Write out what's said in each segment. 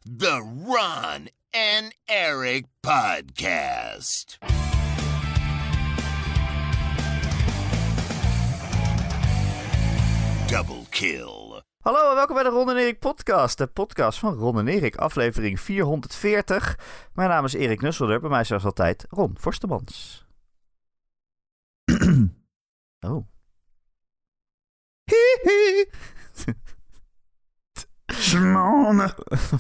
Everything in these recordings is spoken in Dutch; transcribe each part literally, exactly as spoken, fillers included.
The Ron and Eric Podcast. Double kill. Hallo en welkom bij de Ron en Erik Podcast. De podcast van Ron en Erik, aflevering vierhonderdveertig. Mijn naam is Erik Nusselder, bij mij zoals altijd Ron Forstemans. Oh. Hihi. Simone.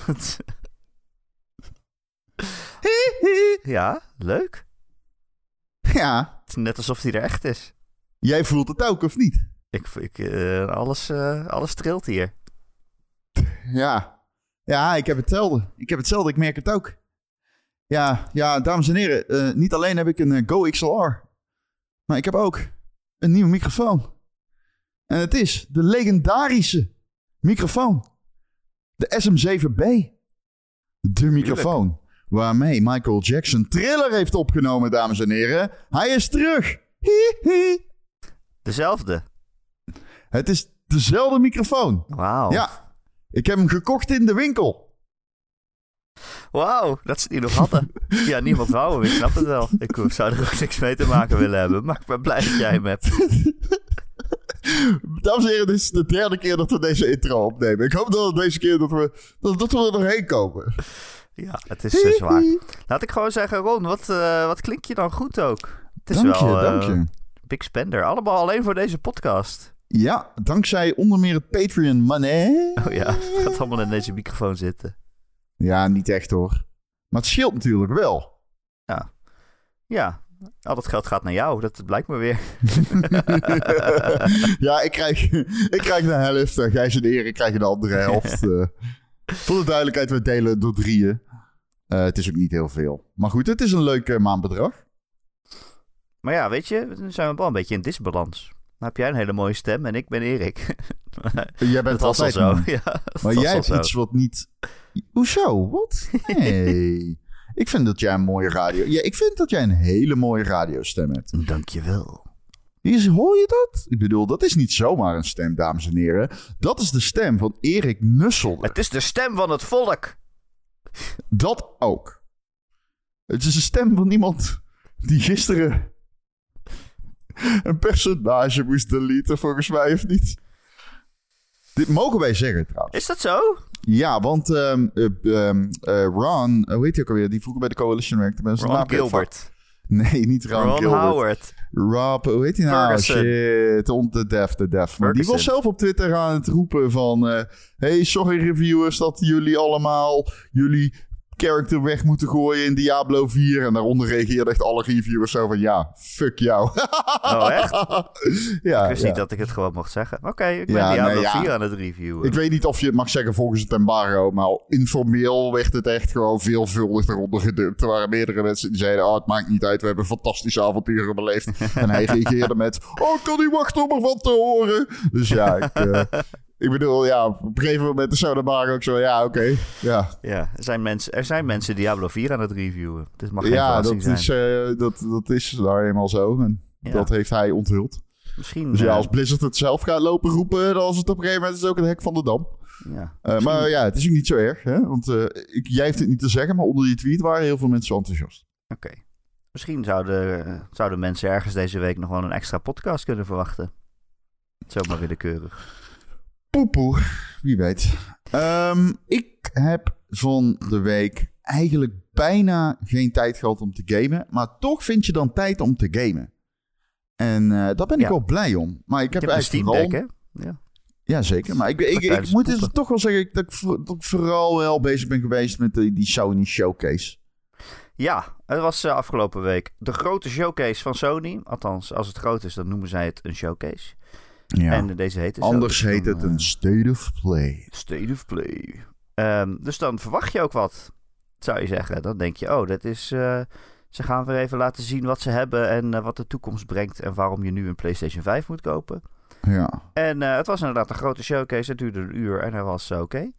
Hihi. Ja, leuk. Ja. Het is net alsof hij er echt is. Jij voelt het ook, of niet? Ik, ik, uh, alles, uh, alles trilt hier. Ja. Ja, ik heb hetzelfde. Ik heb hetzelfde, ik merk het ook. Ja, ja, dames en heren. Uh, niet alleen heb ik een uh, Go X L R. Maar ik heb ook een nieuwe microfoon. En het is de legendarische microfoon. De S M zeven B. De microfoon Tuurlijk. Waarmee Michael Jackson Thriller heeft opgenomen, dames en heren. Hij is terug. Hihi. Dezelfde. Het is dezelfde microfoon. Wauw. Ja, ik heb hem gekocht in de winkel. Wauw, dat ze die nog hadden. Ja, niemand wou hem, ik snap het wel. Ik zou er ook niks mee te maken willen hebben, maar ik ben blij dat jij hem hebt. Dames en heren, dit is de derde keer dat we deze intro opnemen. Ik hoop dat het deze keer dat we, dat, dat we er doorheen komen. Ja, het is uh, zwaar. Laat ik gewoon zeggen, Ron, wat, uh, wat klinkt je dan goed ook? Het is dank je, wel uh, dank je. Big spender. Allemaal alleen voor deze podcast. Ja, dankzij onder meer het Patreon money. Oh ja, het gaat allemaal in deze microfoon zitten. Ja, niet echt hoor. Maar het scheelt natuurlijk wel. Ja, ja. Al dat geld gaat naar jou, dat blijkt me weer. Ja, ik krijg, ik krijg de helft. Gijs en Erik krijgen de andere helft. uh, voor de duidelijkheid, we delen door drieën. Uh, het is ook niet heel veel. Maar goed, het is een leuk uh, maandbedrag. Maar ja, weet je, dan zijn we wel een beetje in disbalans. Dan heb jij een hele mooie stem en ik ben Erik. Jij bent dat altijd al zo. man. Ja, maar jij hebt zo. iets wat niet... Hoezo? Wat? Nee. Ik vind dat jij een mooie radio... Ja, ik vind dat jij een hele mooie radiostem hebt. Dankjewel. Is, hoor je dat? Ik bedoel, dat is niet zomaar een stem, dames en heren. Dat is de stem van Erik Nusselder. Het is de stem van het volk. Dat ook. Het is een stem van iemand die gisteren een personage moest deleten, volgens mij, of niet? Dit mogen wij zeggen, trouwens. Is dat zo? Ja, want um, uh, um, uh, Ron, uh, hoe heet hij ook alweer? Die vroeger bij de Coalition werkte. Ron naam Gilbert. Nee, niet Ron, Ron Gilbert. Howard. Rob, hoe heet hij nou? Ferguson. Shit, de def, de def. Maar die was zelf op Twitter aan het roepen van... Uh, hey, sorry reviewers dat jullie allemaal jullie character weg moeten gooien in Diablo vier. En daaronder reageerden echt alle reviewers zo van... Ja, fuck jou. Oh, echt? Ja, ik wist ja. niet dat ik het gewoon mocht zeggen. Oké, okay, ik ben Ja, Diablo nee, ja. vier aan het reviewen. Ik weet niet of je het mag zeggen volgens het embargo, maar informeel werd het echt gewoon veelvuldig eronder gedumpt. Er waren meerdere mensen die zeiden, oh, het maakt niet uit, we hebben fantastische avonturen beleefd. En hij reageerde met, oh, ik kan niet wachten om ervan te horen. Dus ja, ik, uh, ik bedoel, ja, op een gegeven moment is zo de embargo ook zo, ja, oké. Okay, ja, ja er, zijn mensen, er zijn mensen Diablo vier aan het reviewen. Dus mag geen ja verrassing dat zijn. is, uh, dat, dat is daar eenmaal zo. En ja. Dat heeft hij onthuld. Misschien, dus ja, uh, als Blizzard het zelf gaat lopen roepen, dan is het op een gegeven moment is het ook het hek van de dam. Ja, uh, maar ja, het is ook niet zo erg. Hè? Want uh, ik, jij heeft het niet te zeggen, maar onder die tweet waren heel veel mensen enthousiast. Oké. Okay. Misschien zouden, zouden mensen ergens deze week nog wel een extra podcast kunnen verwachten. Zomaar willekeurig. Poepoe, wie weet. Um, ik heb van de week eigenlijk bijna geen tijd gehad om te gamen. Maar toch vind je dan tijd om te gamen. En uh, daar ben ik ja. wel blij om. Maar ik heb je hebt eigenlijk een Steam Deck, vooral... hè? Ja. Ja, zeker. Maar ik, ik, ik, ik moet dus toch wel zeggen dat ik, dat ik vooral wel bezig ben geweest met die, die Sony Showcase. Ja, het was uh, afgelopen week de grote showcase van Sony. Althans, als het groot is, dan noemen zij het een showcase. Ja. En deze heet het Anders zo, dus heet dan, het een State of Play. State of Play. Um, dus dan verwacht je ook wat, zou je zeggen. Dan denk je, oh, dat is... Uh, ze gaan weer even laten zien wat ze hebben en uh, wat de toekomst brengt en waarom je nu een PlayStation vijf moet kopen. Ja. En uh, het was inderdaad een grote showcase. Het duurde een uur en hij was uh, oké. Okay.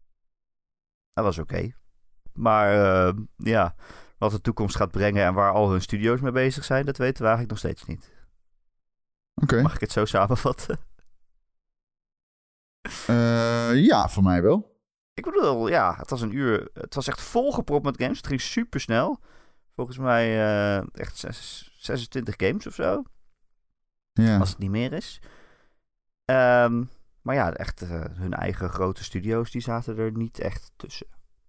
Hij was oké. Okay. Maar uh, ja, wat de toekomst gaat brengen en waar al hun studio's mee bezig zijn, dat weten we eigenlijk nog steeds niet. Oké. Okay. Mag ik het zo samenvatten? Uh, ja, voor mij wel. Ik bedoel, ja, het was een uur. Het was echt volgepropt met games. Het ging super snel. Volgens mij uh, echt zesentwintig games of zo. Ja. Als het niet meer is. Um, maar ja, echt uh, hun eigen grote studio's, die zaten er niet echt tussen.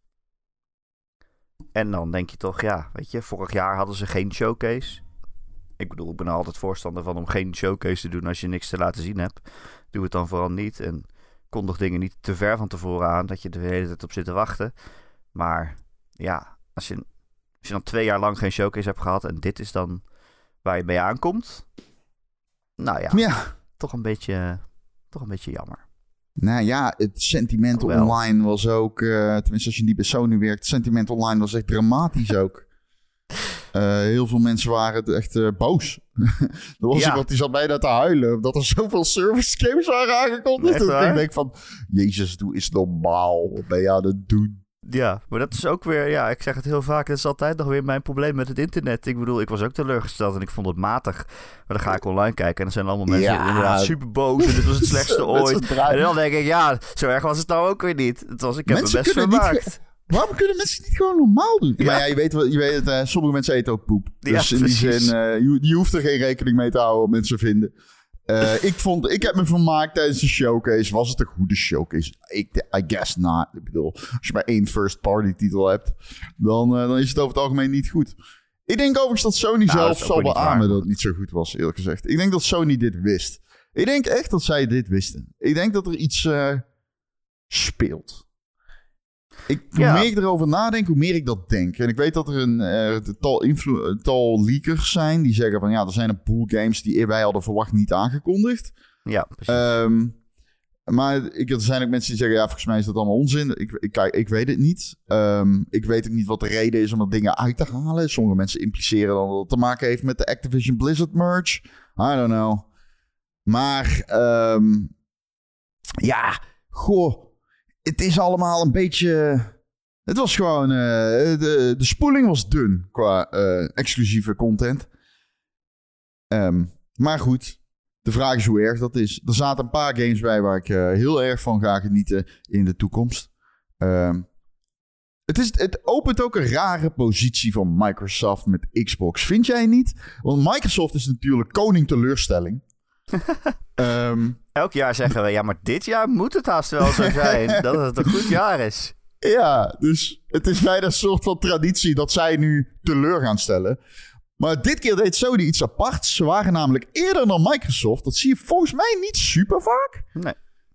En dan denk je toch, ja, weet je, vorig jaar hadden ze geen showcase. Ik bedoel, ik ben er altijd voorstander van om geen showcase te doen als je niks te laten zien hebt. Doe het dan vooral niet en kondig dingen niet te ver van tevoren aan, dat je er de hele tijd op zit te wachten. Maar ja, als je, als je dan twee jaar lang geen showcase hebt gehad en dit is dan waar je mee aankomt. Nou ja, ja. Toch, een beetje, toch een beetje jammer. Nou ja, het sentiment Wel. online was ook... Uh, tenminste, als je niet bij Sony werkt... Het sentiment online was echt dramatisch ook. Uh, heel veel mensen waren echt uh, boos. Er was ja. iemand die zat bijna te huilen... omdat er zoveel service games waren aangekondigd. Echt waar? Ik denk van... Jezus, doe eens normaal. Wat ben je aan het doen? Ja, maar dat is ook weer... Ja, ik zeg het heel vaak. Dat is altijd nog weer mijn probleem met het internet. Ik bedoel, ik was ook teleurgesteld en ik vond het matig. Maar dan ga ik online kijken en dan zijn allemaal mensen Ja. inderdaad super boos. En dit was het slechtste ooit. draai- En dan denk ik, ja, zo erg was het nou ook weer niet. Het was, ik heb Mensen me best kunnen niet vermaakt. ge- Waarom kunnen mensen niet gewoon normaal doen? Ja. Maar ja, je weet, wel- je weet het, uh, sommige mensen eten ook poep. Ja, Dus in die precies. zin, uh, je, je hoeft er geen rekening mee te houden wat mensen vinden. Uh, ik, vond, ik heb me vermaakt tijdens de showcase. Was het een goede showcase? Ik, I guess not. Ik bedoel, als je maar één first-party titel hebt, dan, uh, dan is het over het algemeen niet goed. Ik denk overigens dat Sony Nou, zelf dat is ook zal weer niet beamen waar. dat het niet zo goed was, eerlijk gezegd. Ik denk dat Sony dit wist. Ik denk echt dat zij dit wisten. Ik denk dat er iets uh, speelt. Ik, hoe Ja. meer ik erover nadenk, hoe meer ik dat denk. En ik weet dat er een uh, tal, influ- uh, tal leakers zijn die zeggen van... ja, er zijn een pool games die wij hadden verwacht niet aangekondigd. Ja, precies. Um, maar ik, er zijn ook mensen die zeggen... ja, volgens mij is dat allemaal onzin. Ik, ik, kijk, ik weet het niet. Um, ik weet ook niet wat de reden is om er dingen uit te halen. Sommige mensen impliceren dan dat het te maken heeft met de Activision Blizzard merge. I don't know. Maar, um, ja, goh... Het is allemaal een beetje... Het was gewoon... Uh, de, de spoeling was dun qua uh, exclusieve content. Um, maar goed, de vraag is hoe erg dat is. Er zaten een paar games bij waar ik uh, heel erg van ga genieten in de toekomst. Um, het, is, het opent ook een rare positie van Microsoft met Xbox. Vind jij niet? Want Microsoft is natuurlijk koning teleurstelling. um, Elk jaar zeggen we, ja, maar dit jaar moet het haast wel zo zijn dat het een goed jaar is. Ja, dus het is bijna een soort van traditie dat zij nu teleur gaan stellen. Maar dit keer deed Sony iets aparts. Ze waren namelijk eerder dan Microsoft. Dat zie je volgens mij niet super vaak. Nee.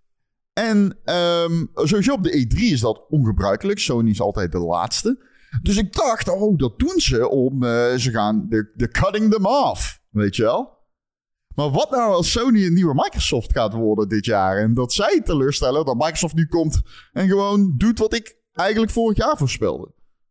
En um, sowieso op de E drie is dat ongebruikelijk. Sony is altijd de laatste. Dus ik dacht, oh, dat doen ze om... Uh, ze gaan de, de cutting them off, weet je wel? Maar wat nou als Sony een nieuwe Microsoft gaat worden dit jaar... en dat zij teleurstellen dat Microsoft nu komt... en gewoon doet wat ik eigenlijk vorig jaar voorspelde.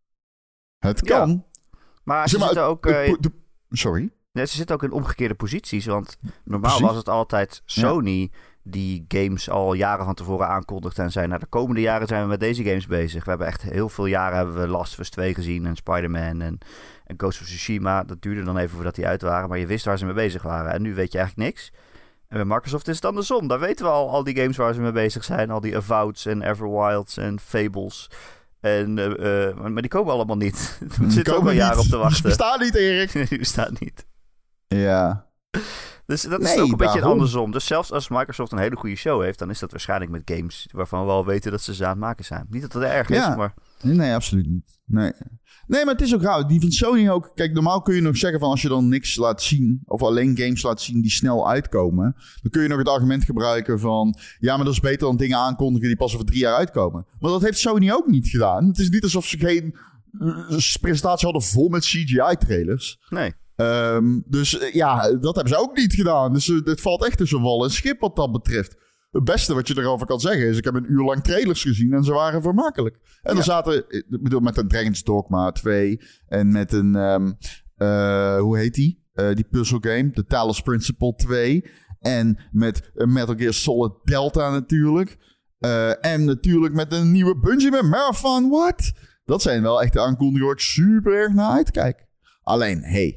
Het kan. Ja, maar ze Zeg maar, zitten ook... de- Uh, de- sorry? ja, ze zitten ook in omgekeerde posities, want normaal Precies. was het altijd Sony... die games al jaren van tevoren aankondigt en zei... nou, de komende jaren zijn we met deze games bezig. We hebben echt heel veel jaren hebben we Last of Us twee gezien... en Spider-Man en, en Ghost of Tsushima. Dat duurde dan even voordat die uit waren... maar je wist waar ze mee bezig waren. En nu weet je eigenlijk niks. En bij Microsoft is het andersom. Daar weten we al, al die games waar ze mee bezig zijn. Al die Avoweds en Everwilds en Fables. En, uh, uh, maar die komen allemaal niet. We Die zitten ook al komen jaren niet. op te wachten. Die bestaan niet, Erik. Die bestaat niet. Ja. Dus dat is Nee, ook een beetje daarom. andersom. Dus zelfs als Microsoft een hele goede show heeft... dan is dat waarschijnlijk met games waarvan we al weten dat ze ze aan het maken zijn. Niet dat het erg is, Ja. maar... Nee, nee, absoluut niet. Nee. nee, maar het is ook raar. Die van Sony ook... Kijk, normaal kun je nog zeggen van als je dan niks laat zien... of alleen games laat zien die snel uitkomen... dan kun je nog het argument gebruiken van... ja, maar dat is beter dan dingen aankondigen die pas over drie jaar uitkomen. Maar dat heeft Sony ook niet gedaan. Het is niet alsof ze geen uh, presentatie hadden vol met C G I-trailers. Nee. Um, dus uh, ja, dat hebben ze ook niet gedaan. Dus uh, het valt echt tussen wal en schip wat dat betreft. Het beste wat je erover kan zeggen is... ik heb een uur lang trailers gezien en ze waren vermakelijk. En Ja. er zaten... Ik bedoel, met een Dragon's Dogma twee... en met een... Um, uh, hoe heet die? Uh, die puzzle game. The Talos Principle twee. En met uh, Metal Gear Solid Delta natuurlijk. Uh, en natuurlijk met een nieuwe Bungie met Marathon. What? Dat zijn wel echt de aankondigingen waar ik super erg naar uitkijk. Alleen, hey...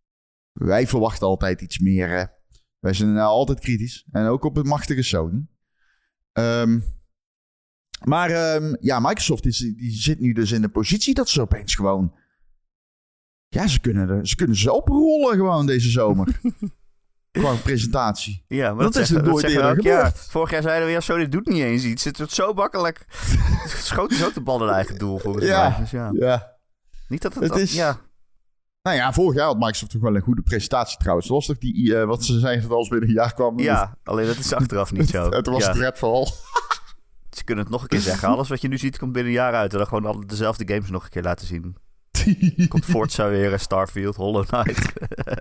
wij verwachten altijd iets meer, hè. Wij zijn nou altijd kritisch. En ook op het machtige Sony. Um, Maar um, ja, Microsoft is, die zit nu dus in de positie dat ze opeens gewoon... Ja, ze kunnen, er, ze kunnen ze oprollen gewoon deze zomer. Qua presentatie. Ja, maar dat, dat is er nooit eerder gebeurd. Ja, vorig jaar zeiden we, ja, Sony doet niet eens iets. Het wordt zo makkelijk. Schoten ze ook de bal in eigen doel, volgens ja, mij. Dus ja. ja. Niet dat het... het dat, is... Ja. Nou ja, vorig jaar had Microsoft toch wel een goede presentatie trouwens. Het was toch die, uh, wat ze zeiden dat als binnen een jaar kwam. Ja, alleen dat is achteraf niet zo. Het was ja. Redfall. Ze kunnen het nog een keer zeggen. Alles wat je nu ziet komt binnen een jaar uit. En dan gewoon alle dezelfde games nog een keer laten zien. Komt Forza weer, Starfield, Hollow Knight.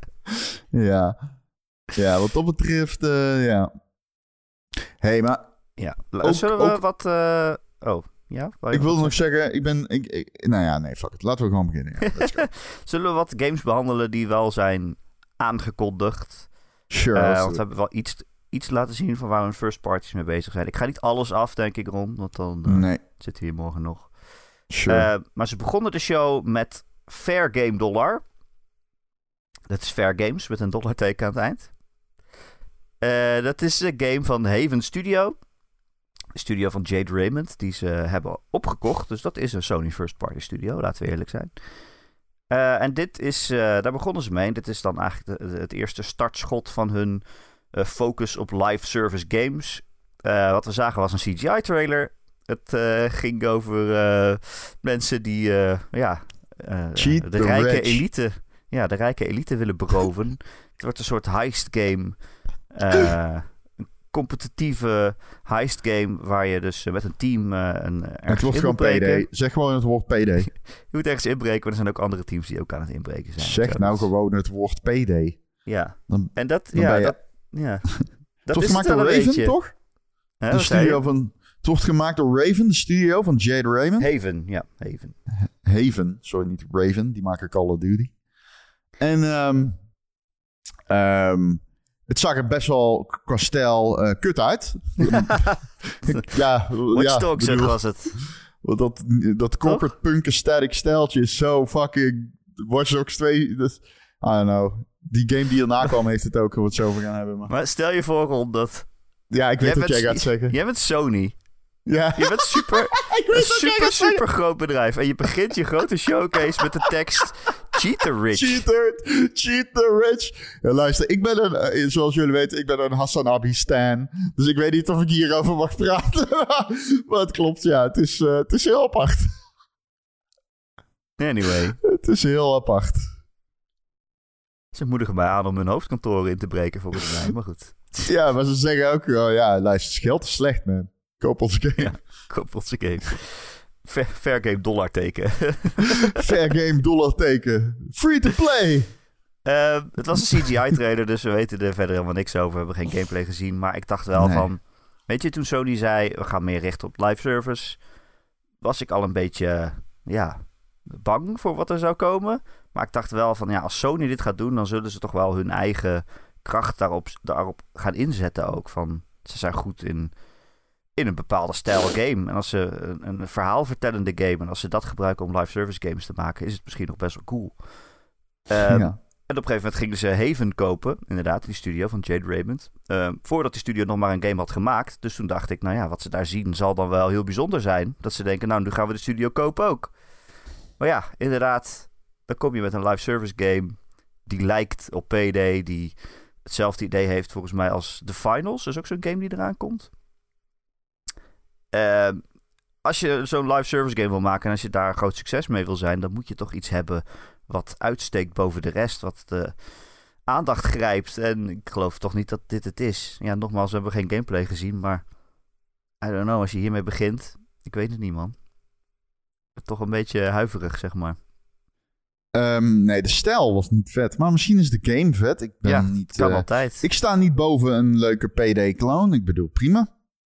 ja. Ja, wat dat betreft, uh, ja. Hé, hey, maar... Ja, ook, zullen we ook... wat... Uh... Oh, ja? Ik wilde nog zeggen, ik ben... Ik, ik, nou ja, nee, fuck it. Laten we gewoon beginnen. Ja, let's go. Zullen we wat games behandelen die wel zijn aangekondigd? Sure. Uh, want we hebben wel iets, iets laten zien van waar we first parties mee bezig zijn. Ik ga niet alles af, denk ik, Ron. Want dan uh, nee. zitten we hier morgen nog. Sure. Uh, maar ze begonnen de show met Fair Game Dollar. Dat is Fair Games met een dollarteken aan het eind. Uh, dat is een game van Haven Studio. De studio van Jade Raymond, die ze hebben opgekocht. Dus dat is een Sony First Party studio, laten we eerlijk zijn. Uh, en dit is, uh, daar begonnen ze mee. En dit is dan eigenlijk de, de, het eerste startschot van hun uh, focus op live service games. Uh, wat we zagen was een C G I-trailer. Het uh, ging over uh, mensen die uh, ja, uh, Cheat de the rijke rich. elite, ja, de rijke elite willen beroven. Het wordt een soort heist game. Uh, een competitieve heist game waar je dus met een team uh, een Het wordt gewoon P D. Zeg gewoon het woord P D. Je moet ergens inbreken, maar er zijn ook andere teams die ook aan het inbreken zijn. Zeg zo, nou dus. gewoon het woord P D. Ja. Dan, en dat, dan ja, ben je... dat, ja. Dat het wordt is gemaakt het door wel een Raven, beetje. toch? Hè, de studio van... Het wordt gemaakt door Raven, de studio van Jade Raymond. Haven, ja, Haven. Haven, sorry, niet Raven. Die maken Call of Duty. En um, um, het zag er best wel qua stijl uh, kut uit. ja, Watch ja, Dogs bedoel, was het. Dat, dat corporate punk aesthetic stijltje is zo fucking... Watch Dogs twee, dat, I don't know. Die game die erna kwam heeft het ook, wat zo over gaan hebben. Maar, maar stel je voor, Ron, dat... Ja, ik weet jij wat jij bent, gaat zeggen. Jij bent Sony. Ja. Je bent super, een super, super groot bedrijf. En je begint je grote showcase met de tekst... Cheat the rich. Cheater, cheat the rich. Ja, luister, ik ben een, zoals jullie weten, ik ben een Hassan Abi stan. Dus ik weet niet of ik hierover mag praten. Maar het klopt, ja. Het is, uh, het is heel apart. Anyway. Het is heel apart. Ze moedigen mij aan om hun hoofdkantoren in te breken, volgens mij. Maar goed. Ja, maar ze zeggen ook wel, ja, luister, geld is slecht, man. Koop onze game. Ja, koop onze game. Fair, fair game dollar teken. Fair game dollar teken. Free to play. Uh, het was een C G I-trailer, dus we weten er verder helemaal niks over. We hebben geen gameplay gezien, maar ik dacht wel nee. van... Weet je, toen Sony zei, we gaan meer richten op live service... was ik al een beetje, ja, bang voor wat er zou komen. Maar ik dacht wel van, ja, als Sony dit gaat doen... dan zullen ze toch wel hun eigen kracht daarop, daarop gaan inzetten ook. Van, ze zijn goed in... in een bepaalde stijl game. En als ze een, een verhaalvertellende game... en als ze dat gebruiken om live service games te maken... is het misschien nog best wel cool. Um, ja. En op een gegeven moment gingen ze Haven kopen. Inderdaad, die studio van Jade Raymond. Um, voordat die studio nog maar een game had gemaakt. Dus toen dacht ik, nou ja, wat ze daar zien... zal dan wel heel bijzonder zijn. Dat ze denken, nou, nu gaan we de studio kopen ook. Maar ja, inderdaad... dan kom je met een live service game... die lijkt op P D... die hetzelfde idee heeft volgens mij als The Finals. Dat is ook zo'n game die eraan komt. Uh, als je zo'n live service game wil maken... en als je daar groot succes mee wil zijn... dan moet je toch iets hebben wat uitsteekt boven de rest... wat de aandacht grijpt. En ik geloof toch niet dat dit het is. Ja, nogmaals, we hebben geen gameplay gezien... maar I don't know, als je hiermee begint... ik weet het niet, man. Toch een beetje huiverig, zeg maar. Um, nee, de stijl was niet vet. Maar misschien is de game vet. Ik ben ja, niet, kan uh, altijd. Ik sta niet boven een leuke P D-clone. Ik bedoel, prima.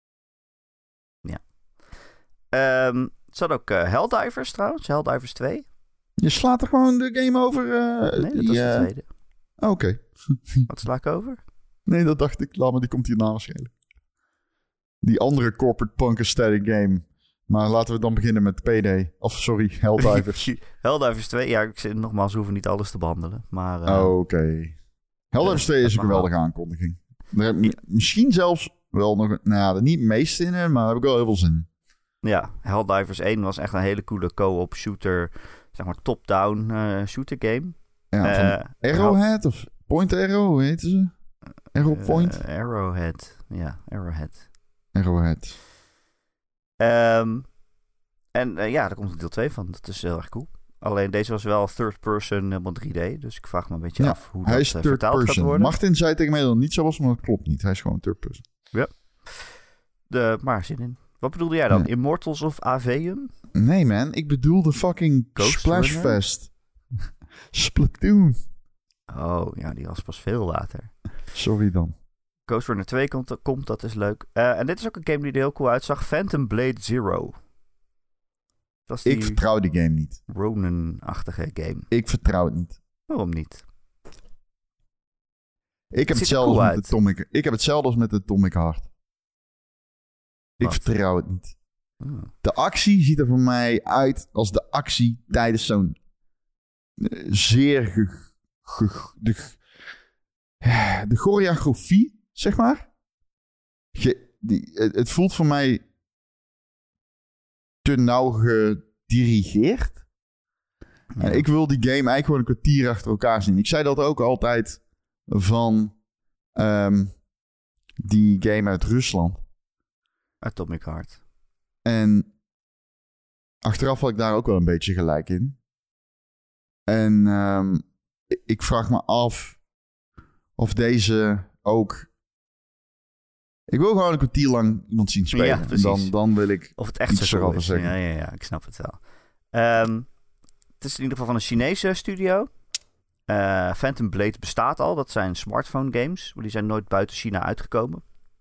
Um, het zat ook uh, Helldivers trouwens, Helldivers twee. Je slaat er gewoon de game over? Uh, nee, dat is uh... de tweede. Oké. Okay. Wat sla ik over? Nee, dat dacht ik. Laat maar, die komt hierna waarschijnlijk. Die andere corporate punk aesthetic game. Maar laten we dan beginnen met P D. Of sorry, Helldivers. Helldivers twee, ja, ik zeg, nogmaals, we hoeven niet alles te behandelen. Maar, uh, Oké. Okay. Helldivers twee is een geweldige wel. aankondiging. Daar heb, ja. Misschien zelfs wel nog... Nou ja, er niet het meeste in, maar daar heb ik wel heel veel zin in. Ja, Helldivers één was echt een hele coole co-op shooter, zeg maar top-down uh, shooter game. Ja, van uh, Arrowhead of Point Arrow, hoe heette ze? Arrow Point? Uh, Arrowhead, ja, Arrowhead. Arrowhead. Um, en uh, ja, daar komt deel twee van. Dat is heel erg cool. Alleen deze was wel third person, helemaal drie D. Dus ik vraag me een beetje ja, af hoe hij dat is uh, third vertaald person. gaat worden. Martin zei tegen mij dat het niet zo was, maar dat klopt niet. Hij is gewoon third person. Ja. De, maar zin in. Wat bedoelde jij dan? Nee. Immortals of Aveum? Nee man, ik bedoel de fucking Ghost Splashfest. Splatoon. Oh, ja, die was pas veel later. Sorry dan. Ghost Runner twee komt, komt dat is leuk. Uh, en dit is ook een game die er heel cool uitzag. Phantom Blade Zero. Dat is die Ik vertrouw die game niet. Ronin-achtige game. Ik vertrouw het niet. Waarom niet? Ik heb, hetzelfde cool met Atomic, ik heb hetzelfde als met Atomic Heart. Ik Wat? vertrouw het niet. Hmm. De actie ziet er voor mij uit als de actie tijdens zo'n uh, zeer... Ge, ge, de, de choreografie, zeg maar. Je, die, het, het voelt voor mij te nauw gedirigeerd. Ja. En ik wil die game eigenlijk gewoon een kwartier achter elkaar zien. Ik zei dat ook altijd van um, die game uit Rusland. Atomic Heart. En achteraf had ik daar ook wel een beetje gelijk in. En um, ik vraag me af of deze ook... Ik wil gewoon een kwartier lang iemand zien spelen. Ja, en dan, dan wil ik of het echt zo is. zeggen. Ja, ja, ja, ik snap het wel. Um, het is in ieder geval van een Chinese studio. Uh, Phantom Blade bestaat al. Dat zijn smartphone games. Maar die zijn nooit buiten China uitgekomen.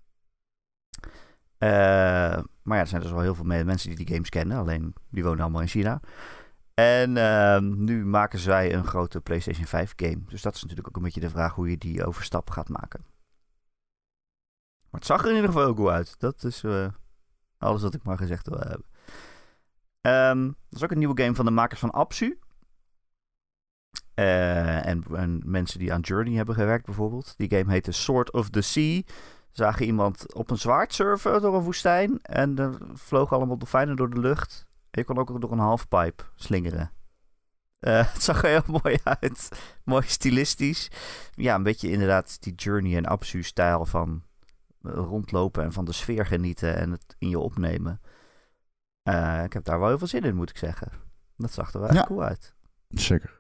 Uh, maar ja, er zijn dus wel heel veel mensen die die games kennen. Alleen, die wonen allemaal in China. En uh, nu maken zij een grote PlayStation vijf game. Dus dat is natuurlijk ook een beetje de vraag hoe je die overstap gaat maken. Maar het zag er in ieder geval ook goed uit. Dat is uh, alles wat ik maar gezegd wil hebben. Um, dat is ook een nieuwe game van de makers van Absu. Uh, en, en mensen die aan Journey hebben gewerkt bijvoorbeeld. Die game heette Sword of the Sea. Zagen iemand op een zwaard surfen door een woestijn. En er vlogen allemaal dolfijnen door de lucht. En je kon ook door een halfpipe slingeren. Uh, het zag er heel mooi uit. Mooi stilistisch. Ja, een beetje inderdaad die Journey en Absu-stijl van rondlopen en van de sfeer genieten en het in je opnemen. Uh, ik heb daar wel heel veel zin in, moet ik zeggen. Dat zag er wel echt ja, cool uit. Zeker.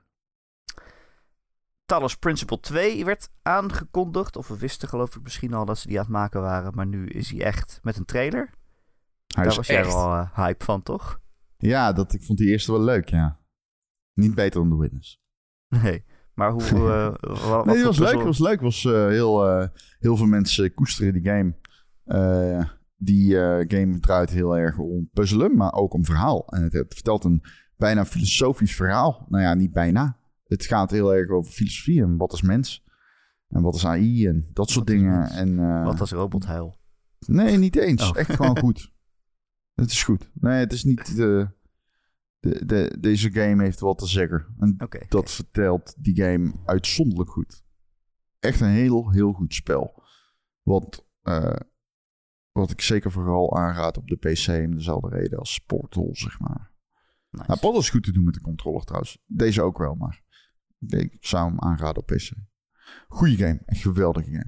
Talos Principle twee werd aangekondigd. Of we wisten geloof ik misschien al dat ze die aan het maken waren. Maar nu is hij echt met een trailer. Hij daar is was echt... jij wel uh, hype van, toch? Ja, dat, ik vond die eerste wel leuk, ja. Niet beter dan The Witness. Nee, maar hoe... Uh, wat, nee, die was puzzel... leuk. was leuk. Was, uh, heel, uh, heel veel mensen koesteren die game. Uh, die uh, game draait heel erg om puzzelen, maar ook om verhaal. En het, het vertelt een bijna filosofisch verhaal. Nou ja, niet bijna. Het gaat heel erg over filosofie en wat is mens. En wat is A I en dat soort wat dingen. En, uh, wat is robothuil? Nee, niet eens. Oh. Echt gewoon goed. Het is goed. Nee, het is niet... De, de, de, deze game heeft wat te zeggen. En okay, dat okay. vertelt die game uitzonderlijk goed. Echt een heel, heel goed spel. Wat, uh, wat ik zeker vooral aanraad op de P C. Om dezelfde reden als Portal, zeg maar. Nice. Nou, Portal is goed te doen met de controller trouwens. Deze ook wel, maar ik zou hem aanraden op P C. Goeie game. Echt geweldige game.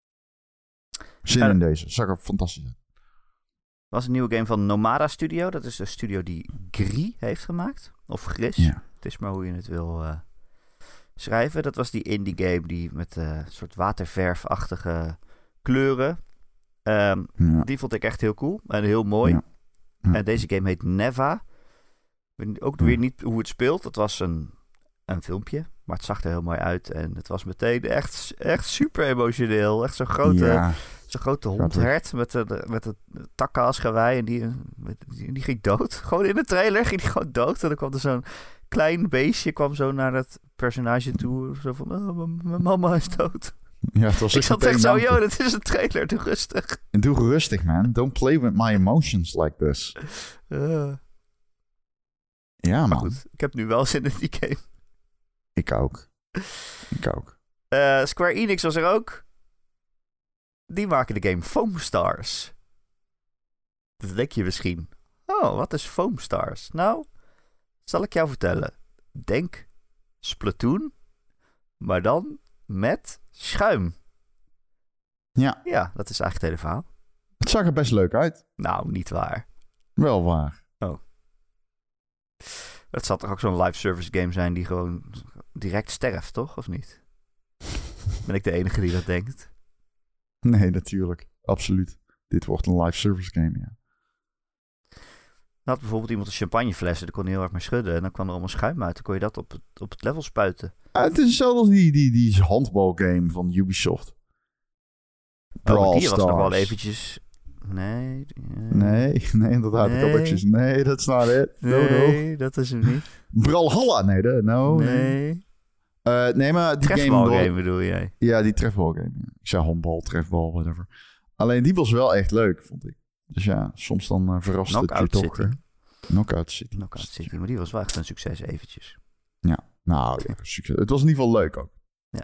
Zin uh, in deze. Zag er fantastisch uit. Was een nieuwe game van Nomada Studio. Dat is de studio die Gris heeft gemaakt. Of Gris. Ja. Het is maar hoe je het wil uh, schrijven. Dat was die indie game die met een uh, soort waterverfachtige kleuren. Um, ja. Die vond ik echt heel cool en heel mooi. Ja. Ja. En deze game heet Neva. Ik weet ook ja. weer niet hoe het speelt. Het was een, een filmpje, maar het zag er heel mooi uit. En het was meteen echt, echt super emotioneel. Echt zo'n grote... Ja. Zo'n grote hondhert met de, met de takken als gewei. En die, die, die ging dood. Gewoon in de trailer ging die gewoon dood. En dan kwam er zo'n klein beestje kwam zo naar dat personage toe. Zo van, oh, mijn mama is dood. Ja, het was ik zat echt zo, joh, dit is een trailer. Doe rustig. En doe rustig, man. Don't play with my emotions like this. Uh. Ja, man. Maar goed, ik heb nu wel zin in die game. Ik ook. Ik ook. Uh, Square Enix was er ook. Die maken de game Foam Stars. Dat denk je misschien. Oh, Oh, wat is Foam Stars? Nou, zal ik jou vertellen. Denk Splatoon, maar dan met schuim. Ja. Ja, dat is eigenlijk het hele verhaal. Het zag er best leuk uit. Nou, niet waar. Wel waar. Oh. Het zal toch ook zo'n live service game zijn die gewoon direct sterft, toch? Of niet? Ben ik de enige die dat denkt? Nee, natuurlijk. Absoluut. Dit wordt een live service game, ja. Dan had bijvoorbeeld iemand een champagnefles, daar kon hij heel erg mee schudden. En dan kwam er allemaal schuim uit. Dan kon je dat op het, op het level spuiten. Ah, het is hetzelfde als die, die, die handbalgame van Ubisoft. Brawl oh, die was Stars. nog wel eventjes... Nee. Uh... Nee, nee, inderdaad. Nee. Ik had ook zoiets. Nee, dat is not it. No, nee, no. dat is hem niet. Brawlhalla, nee, de, no. nee. nee. Uh, nee, maar die trefbalgame game... bedoel jij? Ja, die trefbalgame. Ja. Ik zei handbal, trefbal, whatever. Alleen die was wel echt leuk, vond ik. Dus ja, soms dan uh, verrast het je toch. Hè? Knockout City. Knockout City, maar die was wel echt een succes eventjes. Ja, nou ja, succes. Het was in ieder geval leuk ook. Ja.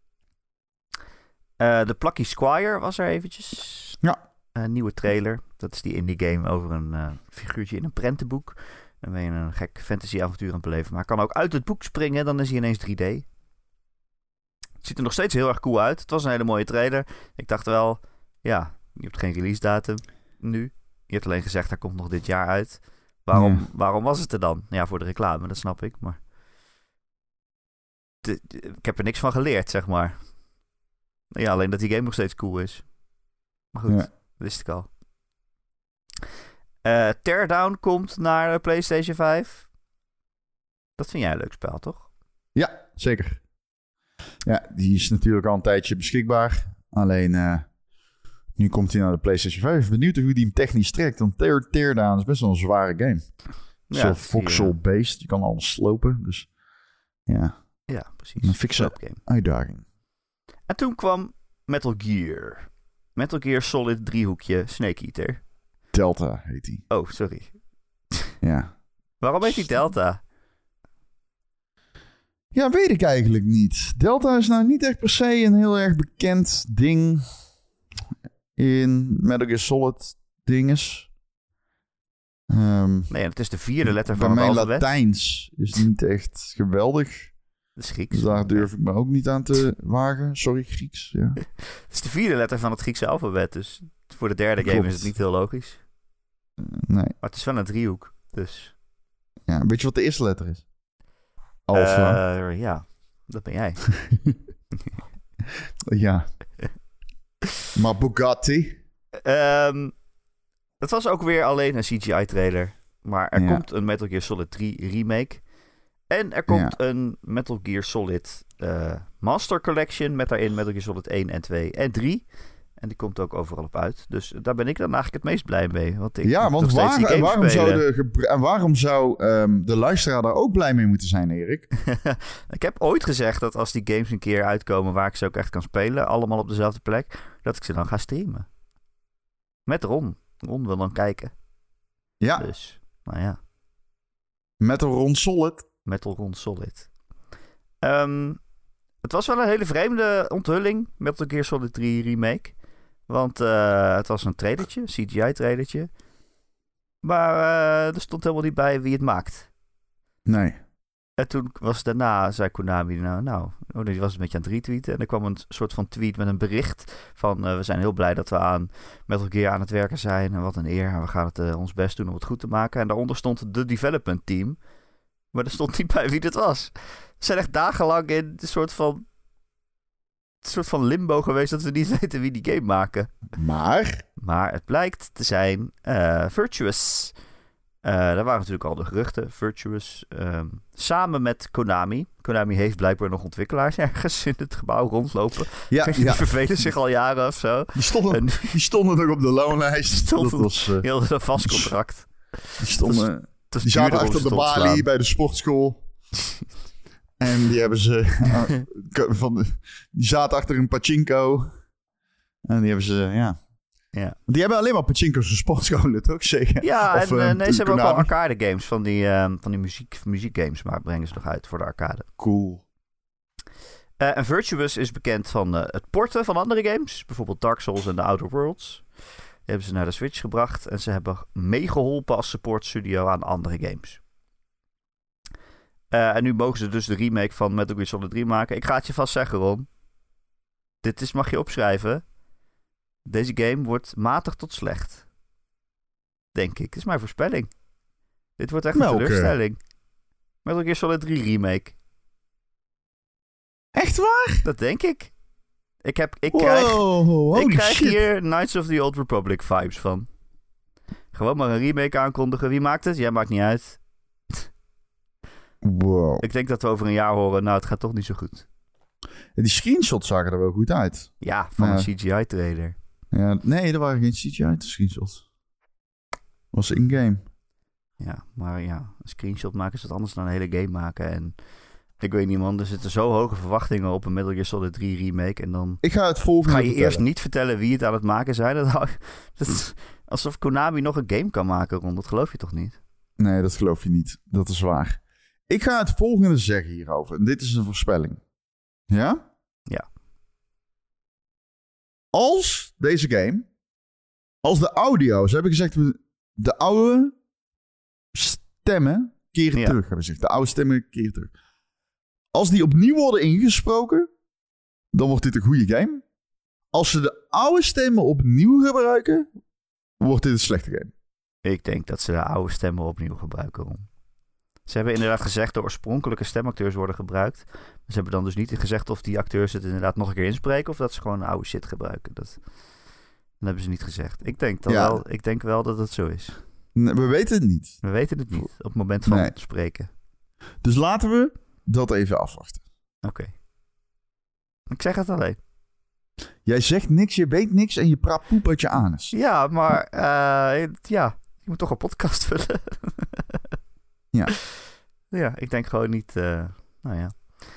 Uh, de Plucky Squire was er eventjes. Ja. Een nieuwe trailer. Dat is die indie game over een uh, figuurtje in een prentenboek. Dan ben je een gek fantasy avontuur aan het beleven. Maar hij kan ook uit het boek springen, dan is hij ineens drie D. Het ziet er nog steeds heel erg cool uit. Het was een hele mooie trailer. Ik dacht wel, ja, je hebt geen release datum nu. Je hebt alleen gezegd, hij komt nog dit jaar uit. Waarom, ja. waarom was het er dan? Ja, voor de reclame, dat snap ik. Maar de, de, ik heb er niks van geleerd, zeg maar. Ja, alleen dat die game nog steeds cool is. Maar goed, ja. dat wist ik al. Uh, Teardown komt naar de PlayStation vijf. Dat vind jij een leuk spel, toch? Ja, zeker. Ja, die is natuurlijk al een tijdje beschikbaar. Alleen, uh, nu komt hij naar de PlayStation vijf. Benieuwd hoe die hem technisch trekt. Want Tear, Teardown is best wel een zware game. Ja, zo voxel-based. Je kan alles slopen. Dus ja. Ja, precies. Een fikse uitdaging. En toen kwam Metal Gear. Metal Gear Solid driehoekje Snake Eater. Delta heet hij. Oh, sorry. Ja. Waarom heet hij Delta? Ja, weet ik eigenlijk niet. Delta is nou niet echt per se een heel erg bekend ding in Metal Gear Solid dinges. Um, nee, het is de vierde letter van het alfabet. Bij mijn Latijns is niet echt geweldig. Dat is Grieks. Dus daar durf ik me ook niet aan te wagen. Sorry, Grieks. Ja. Het is de vierde letter van het Griekse alfabet, dus voor de derde game Klopt. Is het niet heel logisch. Uh, nee. Maar het is wel een driehoek, dus... Ja, weet je wat de eerste letter is? Alpha. Uh, ja, dat ben jij. ja. Maar Bugatti? Um, het was ook weer alleen een C G I-trailer. Maar er ja. komt een Metal Gear Solid drie remake. En er komt ja. een Metal Gear Solid uh, Master Collection met daarin Metal Gear Solid één en twee en drie. En die komt ook overal op uit. Dus daar ben ik dan eigenlijk het meest blij mee. Want ik ja, want waar, en waarom zou, de gebru- en waarom zou um, de luisteraar daar ook blij mee moeten zijn, Erik? Ik heb ooit gezegd dat als die games een keer uitkomen waar ik ze ook echt kan spelen, allemaal op dezelfde plek, dat ik ze dan ga streamen. Met Ron. Ron wil dan kijken. Ja. Dus, nou ja. Metal Ron Solid. Metal Ron Solid. Um, het was wel een hele vreemde onthulling, Metal Gear Solid drie Remake. Want uh, het was een trailertje, C G I-trailertje. Maar uh, er stond helemaal niet bij wie het maakt. Nee. En toen was daarna, zei Konami, nou, nou oh, die was een beetje aan het retweeten. En er kwam een soort van tweet met een bericht van... Uh, we zijn heel blij dat we aan Metal Gear aan het werken zijn. En wat een eer. En we gaan het uh, ons best doen om het goed te maken. En daaronder stond de development team. Maar er stond niet bij wie dit was. We zijn echt dagenlang in een soort van... een soort van limbo geweest dat we niet weten wie die game maken. Maar? Maar het blijkt te zijn uh, Virtuous. Uh, daar waren natuurlijk al de geruchten. Virtuous. Um, samen met Konami. Konami heeft blijkbaar nog ontwikkelaars ergens in het gebouw rondlopen. Ja, die ja. vervelen zich al jaren of zo. Die stonden, en, die stonden nog op de loonlijst. Stonden, dat was, uh, heel een vast contract. Die stonden... Dat is, dat die zaten achter de balie bij de sportschool. En die hebben ze... uh, van de, die zaten achter een pachinko. En die hebben ze... Ja... Ja. Die hebben alleen maar pachinko's en sportscholen, toch? Zeker. Ja, of, en uh, nee, ze hebben ook Konami. al arcade games van die, uh, van die muziek, muziekgames, maar brengen ze nog uit voor de arcade. Cool. Uh, en Virtuous is bekend van uh, het porten van andere games, bijvoorbeeld Dark Souls en The Outer Worlds. hebben ze naar de Switch gebracht. En ze hebben meegeholpen als support studio aan andere games. Uh, en nu mogen ze dus de remake van Metal Gear Solid drie maken. Ik ga het je vast zeggen, Ron. Dit is, mag je opschrijven. Deze game wordt matig tot slecht. Denk ik. Dat is mijn voorspelling. Dit wordt echt een Welke? teleurstelling. Metal Gear Solid drie remake. Echt waar? Dat denk ik. Ik, heb, ik wow, krijg, holy ik krijg shit. hier Knights of the Old Republic vibes van. Gewoon maar een remake aankondigen. Wie maakt het? Jij maakt niet uit. Wow. Ik denk dat we over een jaar horen, nou, het gaat toch niet zo goed. Ja, die screenshots zagen er wel goed uit. Ja, van Ja. een C G I-trailer. Ja, nee, er waren geen C G I-screenshots. Was in-game. Ja, maar ja, een screenshot maken is wat anders dan een hele game maken. En ik weet niet, man, er zitten zo hoge verwachtingen op een Metal Gear Solid drie remake. En dan Ik ga het volgende ga je vertellen. eerst niet vertellen wie het aan het maken zijn. Dat, hou- dat is alsof Konami nog een game kan maken, Ron. Dat geloof je toch niet? Nee, dat geloof je niet. Dat is waar. Ik ga het volgende zeggen hierover. En dit is een voorspelling. Ja? Ja. Als deze game... Als de audio... Ze hebben gezegd... we- De oude stemmen keren Ja. terug. Hebben ze gezegd. De oude stemmen keren terug. Als die opnieuw worden ingesproken... Dan wordt dit een goede game. Als ze de oude stemmen opnieuw gebruiken... Wordt dit een slechte game. Ik denk dat ze de oude stemmen opnieuw gebruiken, Ron. Ze hebben inderdaad gezegd de oorspronkelijke stemacteurs worden gebruikt. Ze hebben dan dus niet gezegd of die acteurs het inderdaad nog een keer inspreken... of dat ze gewoon oude shit gebruiken. Dat, dat hebben ze niet gezegd. Ik denk, dan Ja. wel, ik denk wel dat het zo is. Nee, we weten het niet. We weten het niet op het moment van Nee. spreken. Dus laten we dat even afwachten. Oké. Ik zeg het alleen. Jij zegt niks, je weet niks en je praat poep uit je anus. Ja, maar eh, ja, je moet toch een podcast vullen. Ja. Ja, ik denk gewoon niet... eh, nou ja.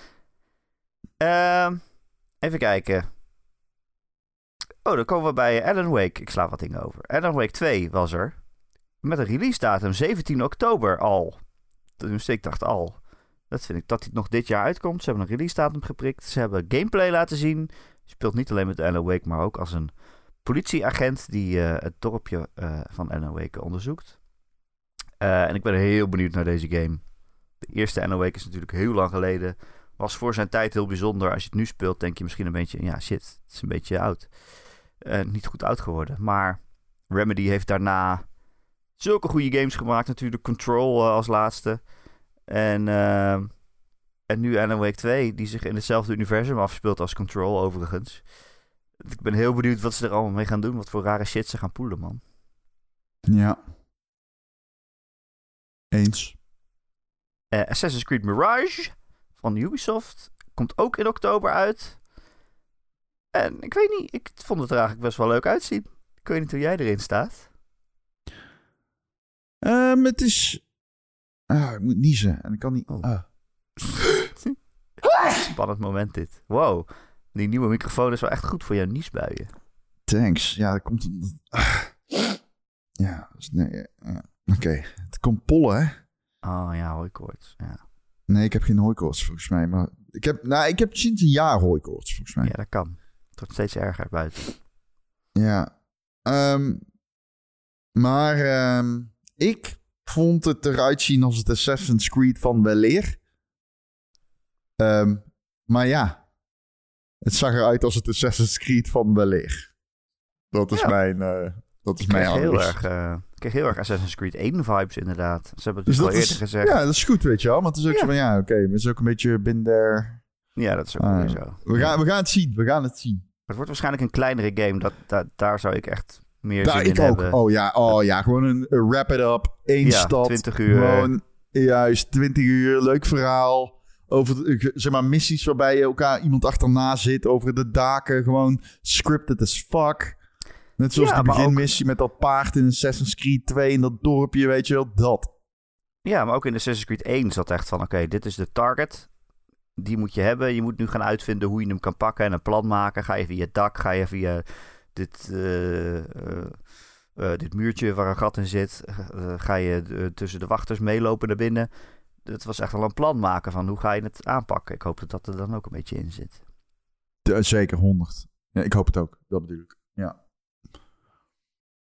Ehm, even kijken. Oh, dan komen we bij Alan Wake. Ik sla wat dingen over. Alan Wake twee was er. Met een release datum zeventien oktober al. Dus ik dacht al. Dat vind ik dat hij nog dit jaar uitkomt. Ze hebben een release datum geprikt. Ze hebben gameplay laten zien. Je speelt niet alleen met Alan Wake, maar ook als een politieagent die uh, het dorpje uh, van Alan Wake onderzoekt. Uh, en ik ben heel benieuwd naar deze game. De eerste Alan Wake is natuurlijk heel lang geleden. Was voor zijn tijd heel bijzonder. Als je het nu speelt, denk je misschien een beetje... Ja, shit, het is een beetje oud. Uh, niet goed oud geworden. Maar Remedy heeft daarna zulke goede games gemaakt. Natuurlijk Control uh, als laatste. En, uh, en nu Alan Wake twee, die zich in hetzelfde universum afspeelt als Control overigens. Ik ben heel benieuwd wat ze er allemaal mee gaan doen. Wat voor rare shit ze gaan poelen, man. Ja. Eens. Uh, Assassin's Creed Mirage van Ubisoft komt ook in oktober uit. En ik weet niet, ik vond het er eigenlijk best wel leuk uitzien. Ik weet niet hoe jij erin staat. Um, het is... Ah, ik moet niezen en ik kan niet... Oh. Ah. Spannend moment dit. Wow, die nieuwe microfoon is wel echt goed voor jouw niesbuien. Thanks. Ja, dat komt... Ah. Ja, nee, ja. Oké, okay. Het komt pollen, hè? Oh ja, hooikoorts. Ja. Nee, ik heb geen hooikoorts volgens mij, maar... Ik heb, nou, ik heb sinds een jaar hooikoorts volgens mij. Ja, dat kan. Het wordt steeds erger buiten. Ja. Um, maar um, ik vond het eruit zien als het Assassin's Creed van weleer. Um, maar ja, het zag eruit als het Assassin's Creed van weleer. Dat is ja. mijn... Uh, dat is ik mijn kreeg heel analyse. erg, uh, ik kreeg heel erg Assassin's Creed één vibes inderdaad. Ze hebben het Dus dus al dat eerder is, gezegd. ja, dat is goed, weet je wel. Want het is ook Ja. zo van, ja, oké, okay, het is ook een beetje binder. Ja, dat is ook Ah, weer zo. We gaan, we gaan het zien, we gaan het zien. Het wordt waarschijnlijk een kleinere game. Dat, dat, daar zou ik echt meer Daar zin ik in ook. hebben. Oh ja, oh ja, gewoon een, een wrap it up. Eén Ja, stad. twintig uur. Gewoon, juist, twintig uur. Leuk verhaal. Over de, zeg maar, missies waarbij je elkaar iemand achterna zit. Over de daken. Gewoon scripted as fuck. Net zoals Ja, de maar beginmissie met dat paard in Assassin's Creed twee. In dat dorpje, weet je wel. Dat. Ja, maar ook in Assassin's Creed één zat echt van... Oké, okay, dit is de target. Die moet je hebben. Je moet nu gaan uitvinden hoe je hem kan pakken en een plan maken. Ga je via het dak, ga je via dit, uh, uh, uh, dit muurtje waar een gat in zit. Uh, ga je uh, tussen de wachters meelopen naar binnen. Het was echt wel een plan maken van hoe ga je het aanpakken. Ik hoop dat dat er dan ook een beetje in zit. De, zeker honderd. Ja, ik hoop het ook. Dat bedoel ik. Ja.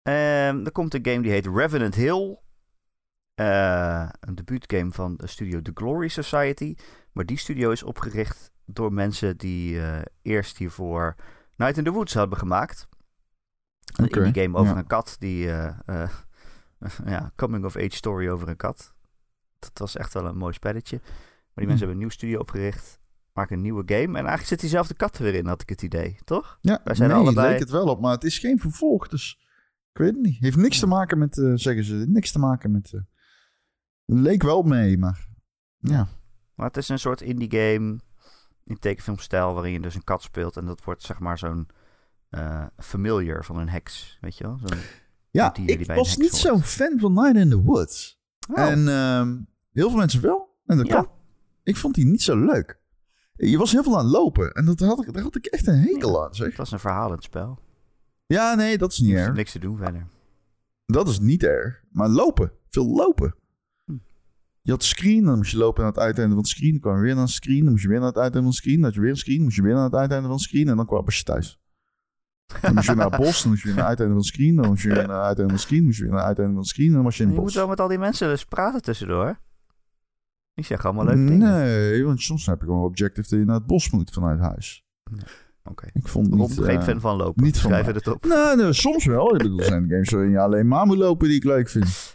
Um, er komt een game die heet Revenant Hill. Uh, een debuutgame van de studio The Glory Society. Maar die studio is opgericht door mensen die uh, eerst hiervoor Night in the Woods hadden gemaakt. Een okay, indie game over ja. een kat. Die uh, uh, ja, coming of age story over een kat. Dat was echt wel een mooi spelletje. Maar die hm. mensen hebben een nieuw studio opgericht. Maken een nieuwe game. En eigenlijk zit diezelfde kat er weer in, had ik het idee. Toch? Ja, wij zijn nee, allebei... leek het wel op. Maar het is geen vervolg. Dus ik weet het niet. Heeft niks ja. te maken met, uh, zeggen ze, niks te maken met... Uh, leek wel mee, maar ja. Maar het is een soort indie game in tekenfilmstijl waarin je dus een kat speelt. En dat wordt zeg maar zo'n uh, familiar van een heks, weet je wel? Zo'n ja, ik was niet zo'n fan van Night in the Woods. Oh. En uh, heel veel mensen wel. En dat ja. kan. Ik vond die niet zo leuk. Je was heel veel aan het lopen. En dat had ik, daar had ik echt een hekel ja, aan, zeg. Het was een verhalend spel. Ja, nee, dat is niet erg. Niks te doen verder. Dat is niet erg. Maar lopen. Veel lopen. Je had screen, dan moest je lopen naar het uiteinde van het screen. Dan kwam je weer naar het screen, dan moest je weer naar het uiteinde van het screen. Dan had je weer een screen, dan moest je weer naar het uiteinde van het screen. En dan kwam je thuis. Dan moest je naar het bos, dan moest je weer naar het uiteinde van het screen. Dan moest je weer naar het uiteinde van het screen, dan moest je weer naar het uiteinde van het screen. En dan was je in het bos. Je moet wel met al die mensen dus praten tussendoor. Die zeggen allemaal leuke dingen. Nee, want soms heb je gewoon een objective dat je naar het bos moet vanuit huis. Ja, Oké. Okay. Ik vond Rob, niet... geen uh, fan van lopen. Niet van schrijven het op. Nee, nee, soms wel. Ik bedoel, er zijn games waarin je alleen maar moet lopen die ik leuk vind.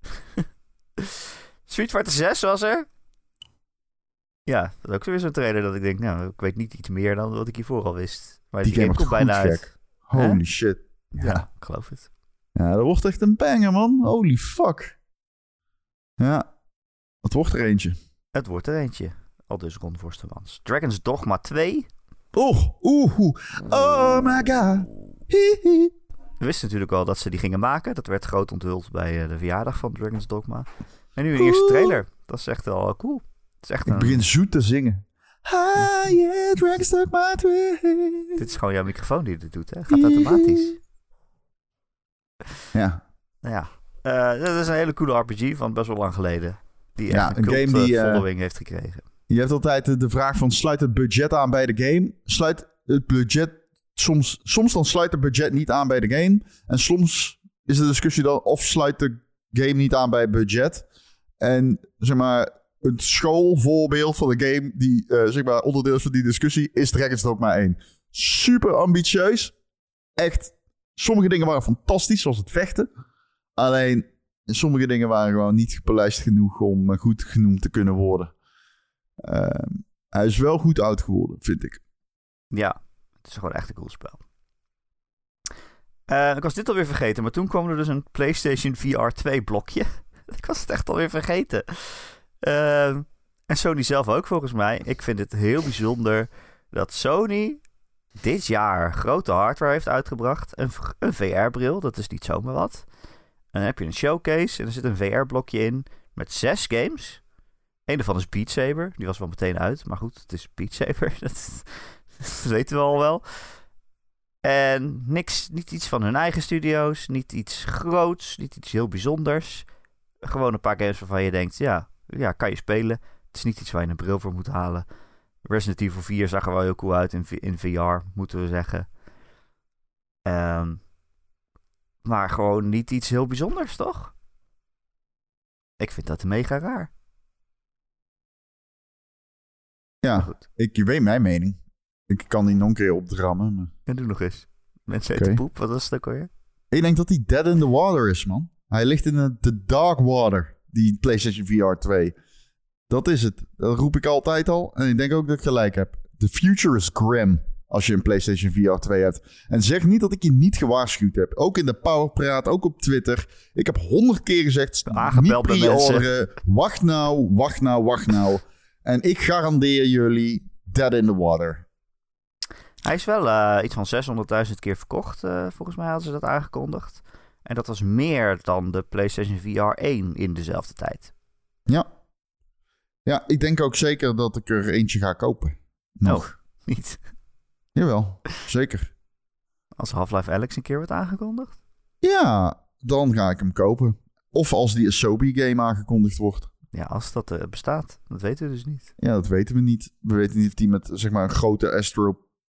Street Fighter zes was er. Ja, dat is ook weer zo'n trailer dat ik denk, nou, ik weet niet iets meer dan wat ik hiervoor al wist. Maar die, die game, game komt bijna uit. Gek. Holy huh? shit. Ja. ja, ik geloof het. Ja, dat wordt echt een banger, man. Holy fuck. Ja, het wordt er eentje. Het wordt er eentje. Al dus Ron Forstemans. Dragon's Dogma twee. Oh, oeh, oeh. Oh my god. Hihi. We wisten natuurlijk al dat ze die gingen maken. Dat werd groot onthuld bij de verjaardag van Dragon's Dogma. En nu een eerste trailer. Dat is echt wel cool. Het is echt ik een... begin zoet te zingen. Ah yeah, Dragon's Dogma twee. Dit is gewoon jouw microfoon die dit doet, hè? Gaat automatisch. Ja. Ja. Uh, dat is een hele coole R P G van best wel lang geleden. Die ja, echt een, een game die following uh, heeft gekregen. Je hebt altijd de vraag van sluit het budget aan bij de game. Sluit het budget... Soms, soms dan sluit het budget niet aan bij de game. En soms is de discussie dan of sluit de game niet aan bij het budget. En zeg maar, een schoolvoorbeeld van de game die uh, zeg maar onderdeel is van die discussie is Dragon's Dogma één. Super ambitieus. Echt, sommige dingen waren fantastisch, zoals het vechten. Alleen, sommige dingen waren gewoon niet gepolijst genoeg om goed genoemd te kunnen worden. Uh, hij is wel goed oud geworden, vind ik. Ja, het is gewoon echt een cool spel. Uh, ik was dit alweer vergeten, maar toen kwam er dus een PlayStation V R twee blokje. Ik was het echt alweer vergeten. Uh, en Sony zelf ook, volgens mij. Ik vind het heel bijzonder dat Sony dit jaar grote hardware heeft uitgebracht. Een, een V R-bril, dat is niet zomaar wat. En dan heb je een showcase en er zit een V R-blokje in met zes games. Eén daarvan is Beat Saber. Die was wel meteen uit, maar goed, het is Beat Saber. Dat, dat weten we al wel. En niks, niet iets van hun eigen studio's, niet iets groots, niet iets heel bijzonders. Gewoon een paar games waarvan je denkt, ja, ja, kan je spelen. Het is niet iets waar je een bril voor moet halen. Resident Evil vier zag er wel heel cool uit in, in V R, moeten we zeggen. Um, maar gewoon niet iets heel bijzonders, toch? Ik vind dat mega raar. Ja, ik weet mijn mening. Ik kan die nog een keer opdrammen. Maar... Ja, doe nog eens. Mensen eten okay. poep, wat was het ook alweer? Ik denk dat hij dead in the water is, man. Hij ligt in de dark water, die PlayStation V R twee. Dat is het. Dat roep ik altijd al. En ik denk ook dat ik gelijk heb. The future is grim als je een PlayStation V R twee hebt. En zeg niet dat ik je niet gewaarschuwd heb. Ook in de Powerpraat, ook op Twitter. Ik heb honderd keer gezegd, aangebeld niet pre-orderen. Wacht nou, wacht nou, wacht nou. En ik garandeer jullie dead in the water. Hij is wel uh, iets van zeshonderdduizend keer verkocht. Uh, volgens mij hadden ze dat aangekondigd. En dat was meer dan de PlayStation V R één in dezelfde tijd. Ja. Ja, ik denk ook zeker dat ik er eentje ga kopen. Nog. Oh, niet? Jawel, zeker. Als Half-Life Alyx een keer wordt aangekondigd? Ja, dan ga ik hem kopen. Of als die Asobi game aangekondigd wordt. Ja, als dat uh, bestaat. Dat weten we dus niet. Ja, dat weten we niet. We weten niet of die met zeg maar een grote Astro,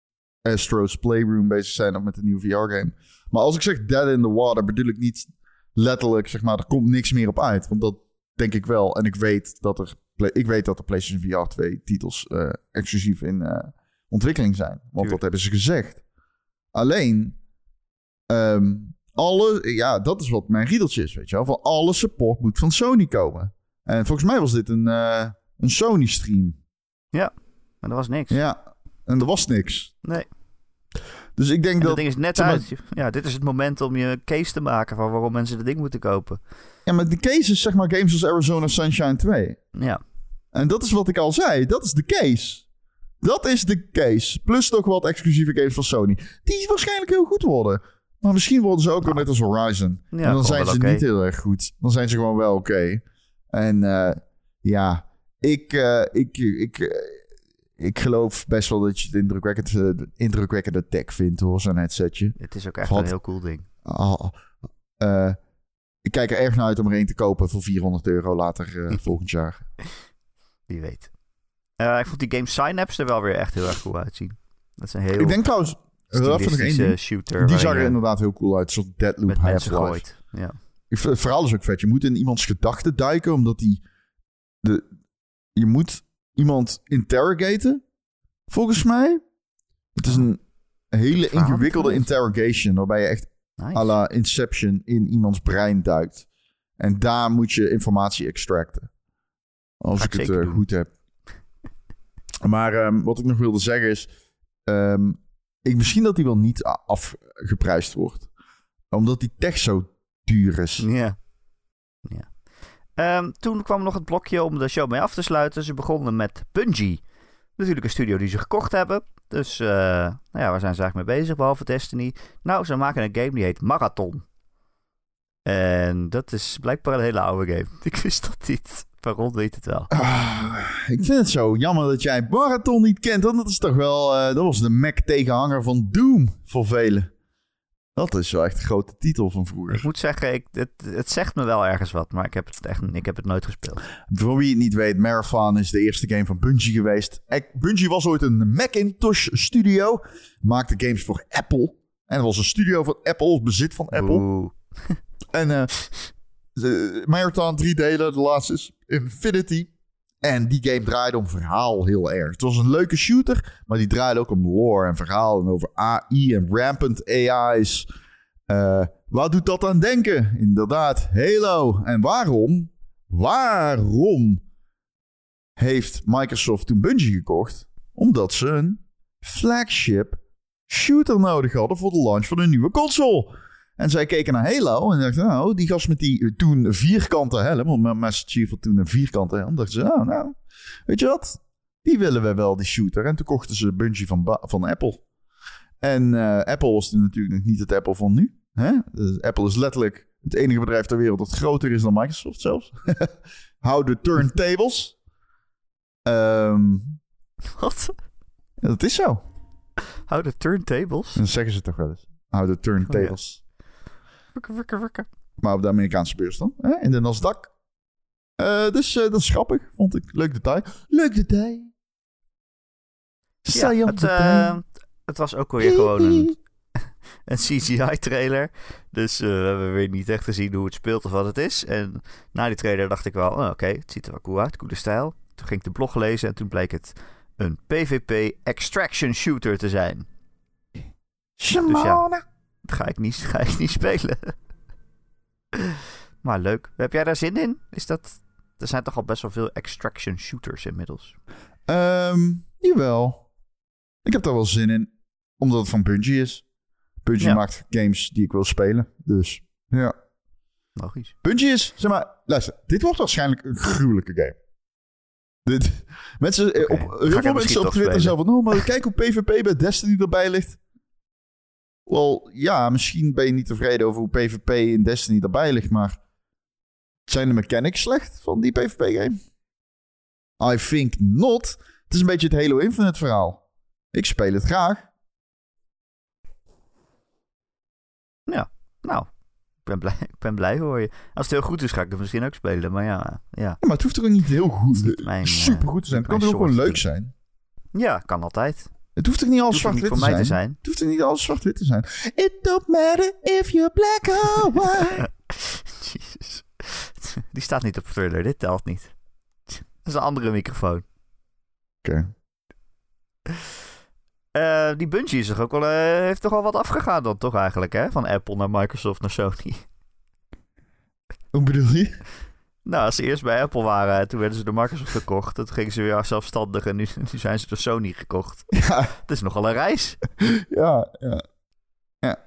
Astro's Playroom bezig zijn of met een nieuwe V R-game. Maar als ik zeg Dead in the Water, bedoel ik niet letterlijk, zeg maar, er komt niks meer op uit. Want dat denk ik wel. En ik weet dat er, ik weet dat de PlayStation V R twee titels uh, exclusief in uh, ontwikkeling zijn. Want Tuurlijk. Dat hebben ze gezegd. Alleen, um, alle, ja, dat is wat mijn riedeltje is, weet je wel. Van alle support moet van Sony komen. En volgens mij was dit een, uh, een Sony-stream. Ja, maar er was niks. Ja, en er was niks. Nee. Dus ik denk en dat... dat ding is net uit. Ja, dit is het moment om je case te maken van waarom mensen het ding moeten kopen. Ja, maar de case is zeg maar games als Arizona Sunshine twee. Ja. En dat is wat ik al zei. Dat is de case. Dat is de case. Plus nog wat exclusieve games van Sony. Die waarschijnlijk heel goed worden. Maar misschien worden ze ook wel net als Horizon. Ja, en dan zijn ze okay. niet heel erg goed. Dan zijn ze gewoon wel oké. Okay. En uh, ja, ik, uh, ik, ik, uh, ik geloof best wel dat je het indrukwekkend, uh, indrukwekkende tech vindt, hoor, zo'n headsetje. Het is ook echt Had, een heel cool ding. Uh, uh, ik kijk er erg naar uit om er één te kopen voor vierhonderd euro later uh, volgend jaar. Wie weet. Uh, ik vond die game Synapse er wel weer echt heel erg cool uitzien. Dat is een heel... Ik denk trouwens... stilistische shooter. Die zag er inderdaad heel cool uit. Een soort Deadloop Half-Life. Ja. Het verhaal is ook vet. Je moet in iemands gedachten duiken, omdat die... De, je moet iemand interrogaten, volgens mij. Het is een hele ingewikkelde interrogation, waarbij je echt nice. à la Inception in iemands brein duikt. En daar moet je informatie extracten. Als ik, ik het uh, goed heb. Maar um, wat ik nog wilde zeggen is... Um, ik, misschien dat die wel niet afgeprijsd wordt. Omdat die tech zo duur is. Ja. ja. Um, toen kwam nog het blokje om de show mee af te sluiten. Ze begonnen met Bungie. Natuurlijk een studio die ze gekocht hebben. Dus uh, nou ja, waar zijn ze eigenlijk mee bezig, behalve Destiny? Nou, ze maken een game die heet Marathon. En dat is blijkbaar een hele oude game. Ik wist dat niet. Ron weet het wel. Uh, ik vind het zo jammer dat jij Marathon niet kent. Want dat is toch wel... Uh, dat was de Mac-tegenhanger van Doom voor velen. Dat is wel echt een grote titel van vroeger. Ik moet zeggen, ik, het, het zegt me wel ergens wat. Maar ik heb het echt ik heb het nooit gespeeld. Voor wie het niet weet, Marathon is de eerste game van Bungie geweest. Bungie was ooit een Macintosh studio. Maakte games voor Apple. En dat was een studio van Apple, bezit van Apple. Oeh. En... Uh, Marathon drie delen, de laatste is Infinity. En die game draaide om verhaal heel erg. Het was een leuke shooter, maar die draaide ook om lore en verhaal. En over A I en rampant A I's. Uh, wat doet dat aan denken? Inderdaad, Halo. En waarom? Waarom heeft Microsoft toen Bungie gekocht? Omdat ze een flagship shooter nodig hadden voor de launch van een nieuwe console. En zij keken naar Halo en dachten, nou, die gast met die toen vierkante helm, want Master Chief had toen een vierkante helm, dachten ze, nou, nou, weet je wat? Die willen we wel, die shooter. En toen kochten ze Bungie van, ba- van Apple. En uh, Apple was toen natuurlijk nog niet het Apple van nu. Hè? Dus Apple is letterlijk het enige bedrijf ter wereld dat groter is dan Microsoft zelfs. Hou de turntables. Um, wat? Ja, dat is zo. Hou de turntables? Dan zeggen ze toch wel eens. Hou de turntables. Oh, ja. Wukke, wukke, wukke. Maar op de Amerikaanse beurs dan. Hè? In de Nasdaq. Uh, dus uh, dat is grappig, vond ik. Leuk detail. Leuk detail. Ja, het, uh, het was ook weer gewoon een, een C G I-trailer. Dus uh, we hebben weer niet echt gezien hoe het speelt of wat het is. En na die trailer dacht ik wel, oh, oké, okay, het ziet er wel cool uit. Coole stijl. Toen ging ik de blog lezen en toen bleek het een PvP extraction shooter te zijn. Dus ja, dat ga ik niet, ga ik niet spelen. Maar leuk. Heb jij daar zin in? Is dat... Er zijn toch al best wel veel extraction shooters inmiddels. Um, jawel. Ik heb daar wel zin in. Omdat het van Bungie is. Bungie ja. maakt games die ik wil spelen. Dus, ja. Logisch. Bungie is, zeg maar... Luister, dit wordt waarschijnlijk een gruwelijke game. Dit, mensen, okay. op, heel veel mensen op Twitter zeggen van... Oh, maar kijk hoe PvP bij Destiny erbij ligt. Wel, ja, misschien ben je niet tevreden over hoe PvP in Destiny erbij ligt, maar... Zijn de mechanics slecht van die PvP-game? I think not. Het is een beetje het Halo Infinite verhaal. Ik speel het graag. Ja, nou. Ik ben blij, ik ben blij voor je. Als het heel goed is, ga ik het misschien ook spelen. Maar ja, ja. ja maar het hoeft toch niet heel goed, mijn, super goed te zijn. Het kan toch ook gewoon leuk zijn? Ja, kan altijd. Het hoeft toch niet alles Het hoeft zwart-wit niet te, voor mij zijn? te zijn. Het hoeft toch niet alles zwart-wit te zijn? It don't matter if you're black or white. Jezus. Die staat niet op Thriller. Dit telt niet. Dat is een andere microfoon. Oké. Okay. Uh, die Bungie is toch ook wel, uh, heeft toch al wat afgegaan dan toch eigenlijk, hè? Van Apple naar Microsoft naar Sony. Hoe bedoel je? Nou, als ze eerst bij Apple waren, toen werden ze door Microsoft gekocht. Toen gingen ze weer zelfstandig en nu, nu zijn ze door Sony gekocht. Ja. Het is nogal een reis. Ja, ja. Ja.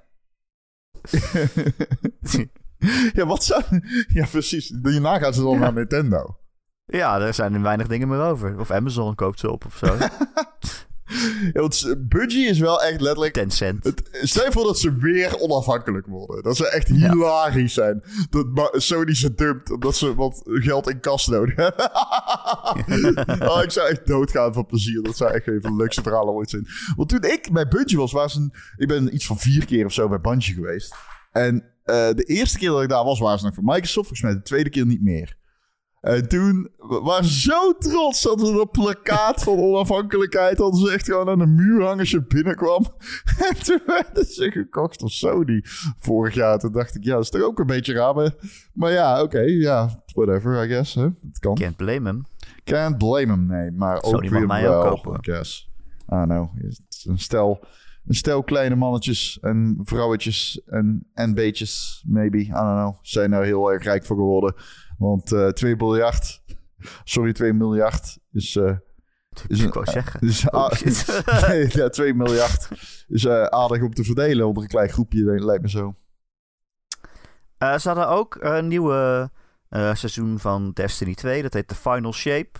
Ja, wat zou... Ja, precies. Hierna gaan ze dan ja. naar Nintendo. Ja, er zijn er weinig dingen meer over. Of Amazon koopt ze op of zo. Ja, want Bungie is wel echt letterlijk... Tencent. Het, stel je voor dat ze weer onafhankelijk worden. Dat ze echt hilarisch ja. zijn. Dat Sony ze dumpt omdat ze wat geld in kas nodig hebben. Oh, ik zou echt doodgaan van plezier. Dat zou echt even de leukste verhalen ooit zijn. Want toen ik bij Bungie was, was een, ik ben iets van vier keer of zo bij Bungie geweest. En uh, de eerste keer dat ik daar was, waren ze nog voor Microsoft. Volgens mij de tweede keer niet meer. En toen waren ze zo trots dat ze dat plakkaat van onafhankelijkheid hadden ze echt gewoon aan de muur hangen als je binnenkwam. En toen werden ze gekocht door Sony vorig jaar. Toen dacht ik, ja, dat is toch ook een beetje raar. Maar, maar ja, oké, okay, ja, whatever, I guess. Hè? Het kan. Can't blame hem. Can't blame hem, nee. Maar Sony ook mag weer mij wel, ook kopen. I guess. I don't know. Het is een stel... Een stel kleine mannetjes en vrouwtjes en, en beetjes, maybe, I don't know, zijn er heel erg rijk voor geworden. Want uh, twee miljard, sorry, twee miljard is... Uh, is ik wou uh, zeggen. Is, oh, uh, nee, ja, twee miljard is uh, aardig om te verdelen onder een klein groepje, lijkt me zo. Uh, ze hadden ook een nieuwe uh, seizoen van Destiny twee, dat heet The Final Shape.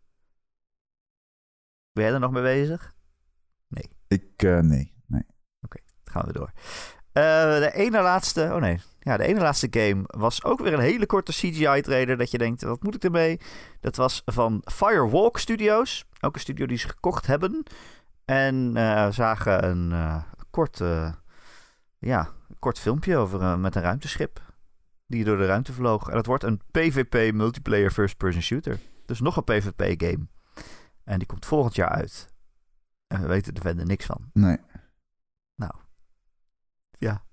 Ben jij er nog mee bezig? Nee. Ik, uh, nee. nee. Oké, okay, dan gaan we door. Uh, de ene laatste... Oh nee. Ja, de ene laatste game was ook weer een hele korte C G I-trailer dat je denkt, wat moet ik ermee? Dat was van Firewalk Studios. Ook een studio die ze gekocht hebben. En uh, zagen een uh, kort, uh, ja, kort filmpje over uh, met een ruimteschip die door de ruimte vloog. En dat wordt een P v P multiplayer first-person shooter. Dus nog een P v P-game. En die komt volgend jaar uit. En we weten er verder niks van. Nee. Nou. Ja.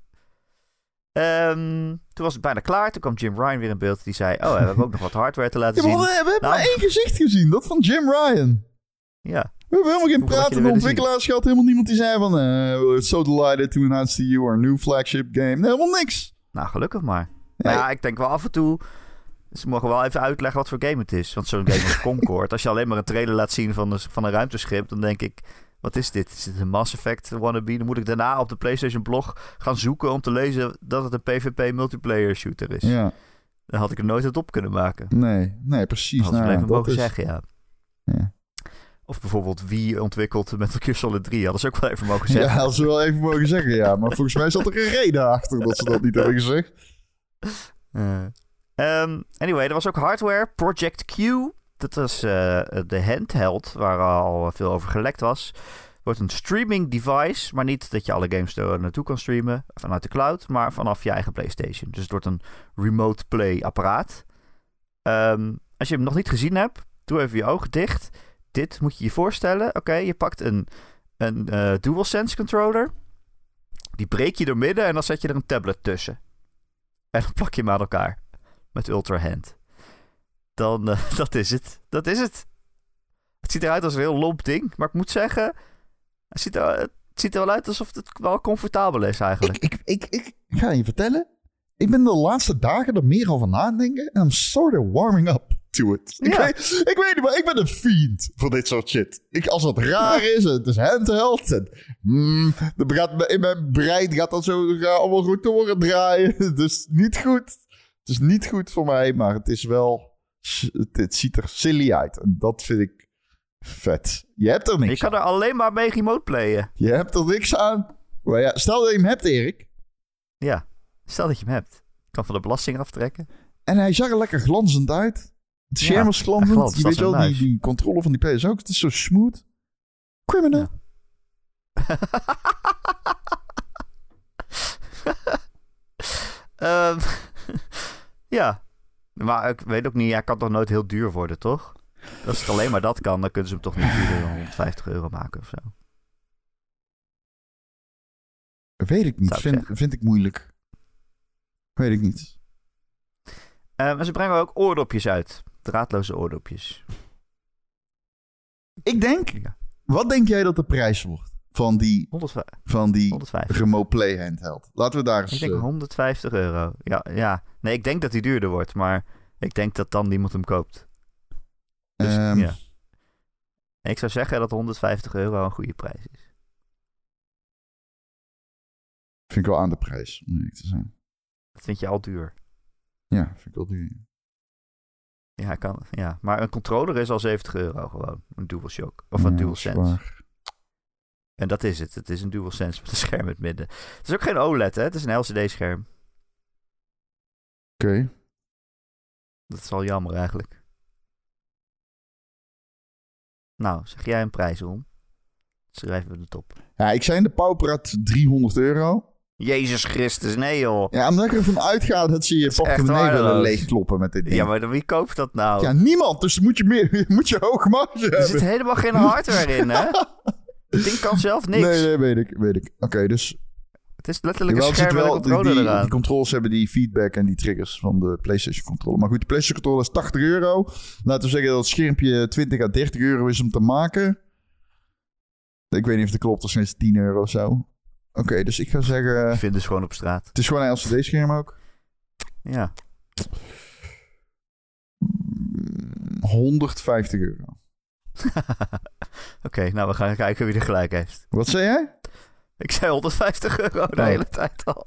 Um, toen was het bijna klaar. Toen kwam Jim Ryan weer in beeld. Die zei, oh, we hebben ook nog wat hardware te laten ja, zien. We hebben nou, maar één gezicht gezien. Dat van Jim Ryan. Ja. We hebben helemaal geen pratende ontwikkelaars gehad. Helemaal niemand die zei van... Uh, we're so delighted to announce to you our new flagship game. Nee, helemaal niks. Nou, gelukkig maar. Nee. Maar ja, ik denk wel af en toe... Ze mogen wel even uitleggen wat voor game het is. Want zo'n game als Concord... als je alleen maar een trailer laat zien van, de, van een ruimteschip... dan denk ik... Wat is dit? Is dit een Mass Effect wannabe? Dan moet ik daarna op de PlayStation blog gaan zoeken... om te lezen dat het een P v P multiplayer shooter is. Ja. Dan had ik er nooit het op kunnen maken. Nee, nee, precies. Had ik nou, even dat mogen is... zeggen, ja. ja. Of bijvoorbeeld wie ontwikkelt Metal Gear Solid drie. Hadden ze ook wel even mogen zeggen. Ja, hadden ze wel even mogen zeggen, ja. Maar volgens mij zat er een reden achter dat ze dat niet hebben gezegd. Uh, um, anyway, er was ook hardware. Project Q. Dat was uh, de handheld waar al veel over gelekt was. Wordt een streaming device, maar niet dat je alle games er naartoe kan streamen vanuit de cloud, maar vanaf je eigen PlayStation. Dus het wordt een remote play apparaat. Um, als je hem nog niet gezien hebt, doe even je ogen dicht. Dit moet je je voorstellen. Oké, okay, je pakt een, een uh, DualSense controller. Die breek je door midden en dan zet je er een tablet tussen. En dan plak je hem aan elkaar. Met Ultra Hand. Dan, uh, dat is het. Dat is het. Het ziet eruit als een heel lomp ding. Maar ik moet zeggen... Het ziet er, het ziet er wel uit alsof het wel comfortabel is eigenlijk. Ik, ik, ik, ik, ik ga je vertellen. Ik ben de laatste dagen er meer over nadenken. En I'm sort of warming up to it. Ja. Ik, weet, ik weet niet, maar ik ben een fiend voor dit soort shit. Ik, als het raar is en het is handheld. En, mm, dan gaat, in mijn brein gaat dat zo gaat allemaal goed door draaien. Het is niet goed. Het is niet goed voor mij, maar het is wel... Het, het ziet er silly uit. En dat vind ik vet. Je hebt er niks Je kan er aan. alleen maar mee remote playen. Je hebt er niks aan. Maar ja, stel dat je hem hebt, Erik. Ja, stel dat je hem hebt. Je kan van de belasting aftrekken. En hij zag er lekker glanzend uit. Het scherm ja, was glanzend. glans, je weet wel, die, muis. die controle van die P S ook. Het is zo smooth. Criminal. Ja. um, ja. Maar ik weet ook niet, hij kan toch nooit heel duur worden, toch? Als het alleen maar dat kan, dan kunnen ze hem toch niet duurder dan honderdvijftig euro maken of zo. Weet ik niet. Vind, vind ik moeilijk. Weet ik niet. Um, en ze brengen ook oordopjes uit. Draadloze oordopjes. Ik denk... Ja. Wat denk jij dat de prijs wordt? Van die, honderdvijftig van die honderdvijftig Remote Play handheld. Laten we daar eens... Ik denk honderdvijftig euro. Ja, ja. Nee, ik denk dat die duurder wordt. Maar ik denk dat dan niemand hem koopt. Dus, um, ja. Ik zou zeggen dat honderdvijftig euro een goede prijs is. Vind ik wel aan de prijs, om eerlijk te zijn. Dat vind je al duur. Ja, vind ik wel duur. Ja, kan, ja, maar een controller is al zeventig euro gewoon. Een DualShock. Of een ja, DualSense. En dat is het. Het is een DualSense met een scherm in het midden. Het is ook geen O L E D, hè? Het is een L C D-scherm. Oké. Okay. Dat is wel jammer eigenlijk. Nou, zeg jij een prijs om? Schrijven we het op. Ja, ik zei in de Pauwpraat driehonderd euro. Jezus Christus, nee joh. Ja, omdat ik ervan uitga dat ze je portemonnee willen leegkloppen met dit ding. Ja, maar wie koopt dat nou? Ja, niemand. Dus moet je, meer, moet je hoge marge hebben. Er zit helemaal geen hardware in, hè? Het ding kan zelf niks. Nee, nee, weet ik. Weet ik. Oké, okay, dus... Het is letterlijk een scherm met een controller die, die, eraan. Die controllers hebben die feedback en die triggers van de PlayStation controller. Maar goed, de PlayStation controller is tachtig euro. Laten we zeggen dat het schermpje twintig à dertig euro is om te maken. Ik weet niet of het klopt, of is tien euro of zo. Oké, okay, dus ik ga zeggen... Ik vind dus gewoon op straat. Het is gewoon een L C D-scherm ook. Ja. honderdvijftig euro. Oké, okay, nou we gaan kijken wie er gelijk heeft. Wat zei jij? Ik zei honderdvijftig euro de oh. hele tijd al.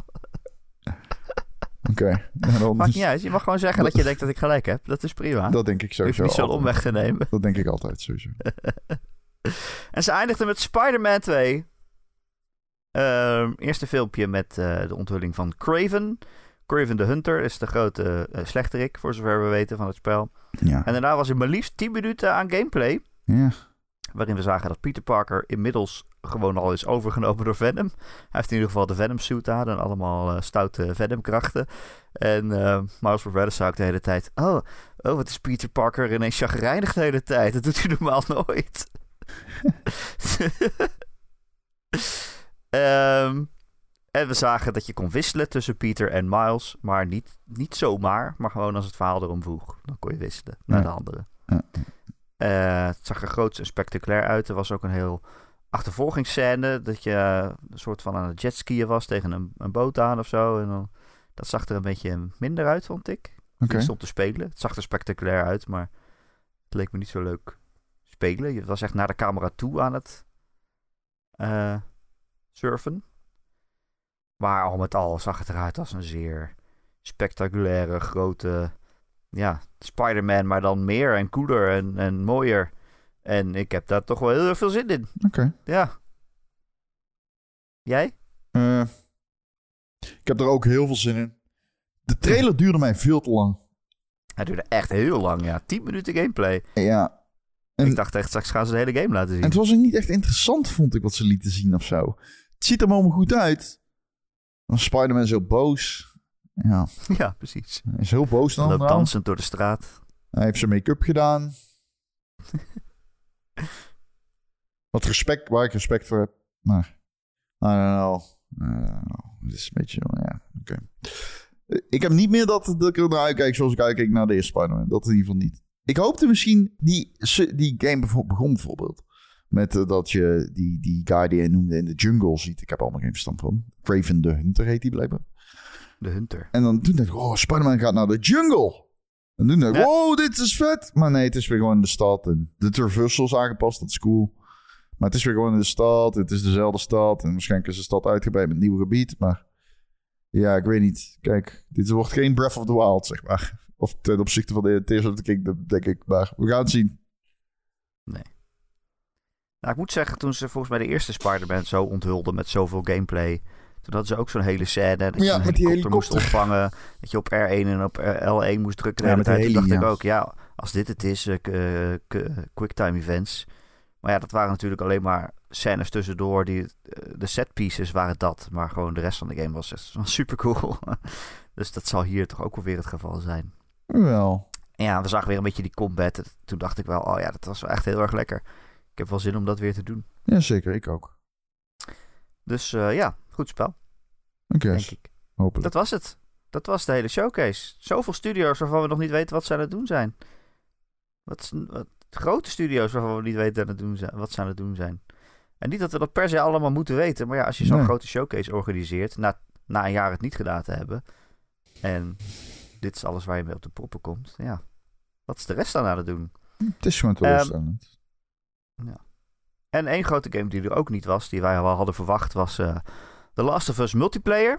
Oké. Okay. Maakt niet uit. Je mag gewoon zeggen dat je denkt dat ik gelijk heb. Dat is prima. Dat denk ik sowieso. Je hoeft niet zo'n omweg te nemen. Dat denk ik altijd sowieso. En ze eindigden met Spider-Man twee. Uh, eerste filmpje met uh, de onthulling van Kraven. Kraven the Hunter is de grote uh, slechterik, voor zover we weten, van het spel. Ja. En daarna was er maar liefst tien minuten aan gameplay. Ja. Waarin we zagen dat Peter Parker inmiddels gewoon al is overgenomen door Venom. Hij heeft in ieder geval de Venom suit aan en allemaal uh, stoute Venom krachten. En uh, Miles Morales zei ook de hele tijd... Oh, oh, wat is Peter Parker ineens chagrijnig de hele tijd. Dat doet hij normaal nooit. um, en we zagen dat je kon wisselen tussen Peter en Miles. Maar niet, niet zomaar, maar gewoon als het verhaal erom vroeg. Dan kon je wisselen naar ja. de andere. Ja. Uh, het zag er groots en spectaculair uit. Er was ook een heel achtervolgingsscène. Dat je een soort van aan het jetskiën was tegen een, een boot aan of zo. En dan, dat zag er een beetje minder uit, vond ik. Okay. Je stond te spelen. Het zag er spectaculair uit, maar het leek me niet zo leuk spelen. Je was echt naar de camera toe aan het uh, surfen. Maar al met al zag het eruit als een zeer spectaculaire, grote... Ja, Spider-Man, maar dan meer en cooler en, en mooier. En ik heb daar toch wel heel erg veel zin in. Oké. Okay. Ja. Jij? Uh, ik heb er ook heel veel zin in. De trailer duurde mij veel te lang. Hij duurde echt heel lang, ja. tien minuten gameplay. Ja. En ik dacht echt, straks gaan ze de hele game laten zien. En het was ook niet echt interessant, vond ik, wat ze lieten zien of zo. Het ziet er allemaal goed uit. Dan Spider-Man zo boos. Ja. Ja, precies. Hij is heel boos dan. Hij loopt dansend door de straat. Hij heeft zijn make-up gedaan. Wat respect, waar ik respect voor heb. Maar, I don't know. I don't know. Het is een beetje, ja, oké. Okay. Ik heb niet meer dat, dat ik er naar uitkijk zoals ik uitkeek naar de eerste Spider-Man. Dat in ieder geval niet. Ik hoopte misschien, die, die game begon bijvoorbeeld met uh, dat je die, die guy die je noemde in de jungle ziet. Ik heb allemaal geen verstand van. Kraven the Hunter heet die blijkbaar. De Hunter. En dan toen dacht ik, oh, Spider-Man gaat naar de jungle. En toen dacht ik, ja. wow, dit is vet. Maar nee, het is weer gewoon in de stad. En de traversal is aangepast, dat is cool. Maar het is weer gewoon in de stad. Het is dezelfde stad. En waarschijnlijk is de stad uitgebreid met een nieuw gebied. Maar ja, ik weet niet. Kijk, dit wordt geen Breath of the Wild, zeg maar. Of ten opzichte van de Tears of the Kingdom, denk ik. Maar we gaan het zien. Nee. Nou, ik moet zeggen, toen ze volgens mij de eerste Spider-Man zo onthulden met zoveel gameplay... Toen hadden ze ook zo'n hele scène dat je ja, een met helikopter, die helikopter moest ontvangen. Dat je op R één en op L één moest drukken. Ja, met tijd. heli, Toen dacht ja. ik ook, ja, als dit het is, uh, uh, uh, quicktime events. Maar ja, dat waren natuurlijk alleen maar scènes tussendoor. Die, uh, de set pieces waren dat. Maar gewoon de rest van de game was, was super cool. Dus dat zal hier toch ook wel weer het geval zijn. Wel. En ja, we zagen weer een beetje die combat. Toen dacht ik wel, oh ja, dat was wel echt heel erg lekker. Ik heb wel zin om dat weer te doen. Jazeker, ik ook. Dus uh, ja, goed spel. guess. denk ik. Hopelijk. Dat was het. Dat was de hele showcase. Zoveel studio's waarvan we nog niet weten wat ze aan het doen zijn. Wat, wat grote studio's waarvan we niet weten aan het doen zijn, wat ze aan het doen zijn. En niet dat we dat per se allemaal moeten weten. Maar ja, als je zo'n Nee. grote showcase organiseert... Na, na een jaar het niet gedaan te hebben... en dit is alles waar je mee op de proppen komt... ja, wat is de rest dan aan het doen? Het is gewoon teleurstellend. Um, ja. En één grote game die er ook niet was... die wij wel hadden verwacht... was uh, The Last of Us Multiplayer.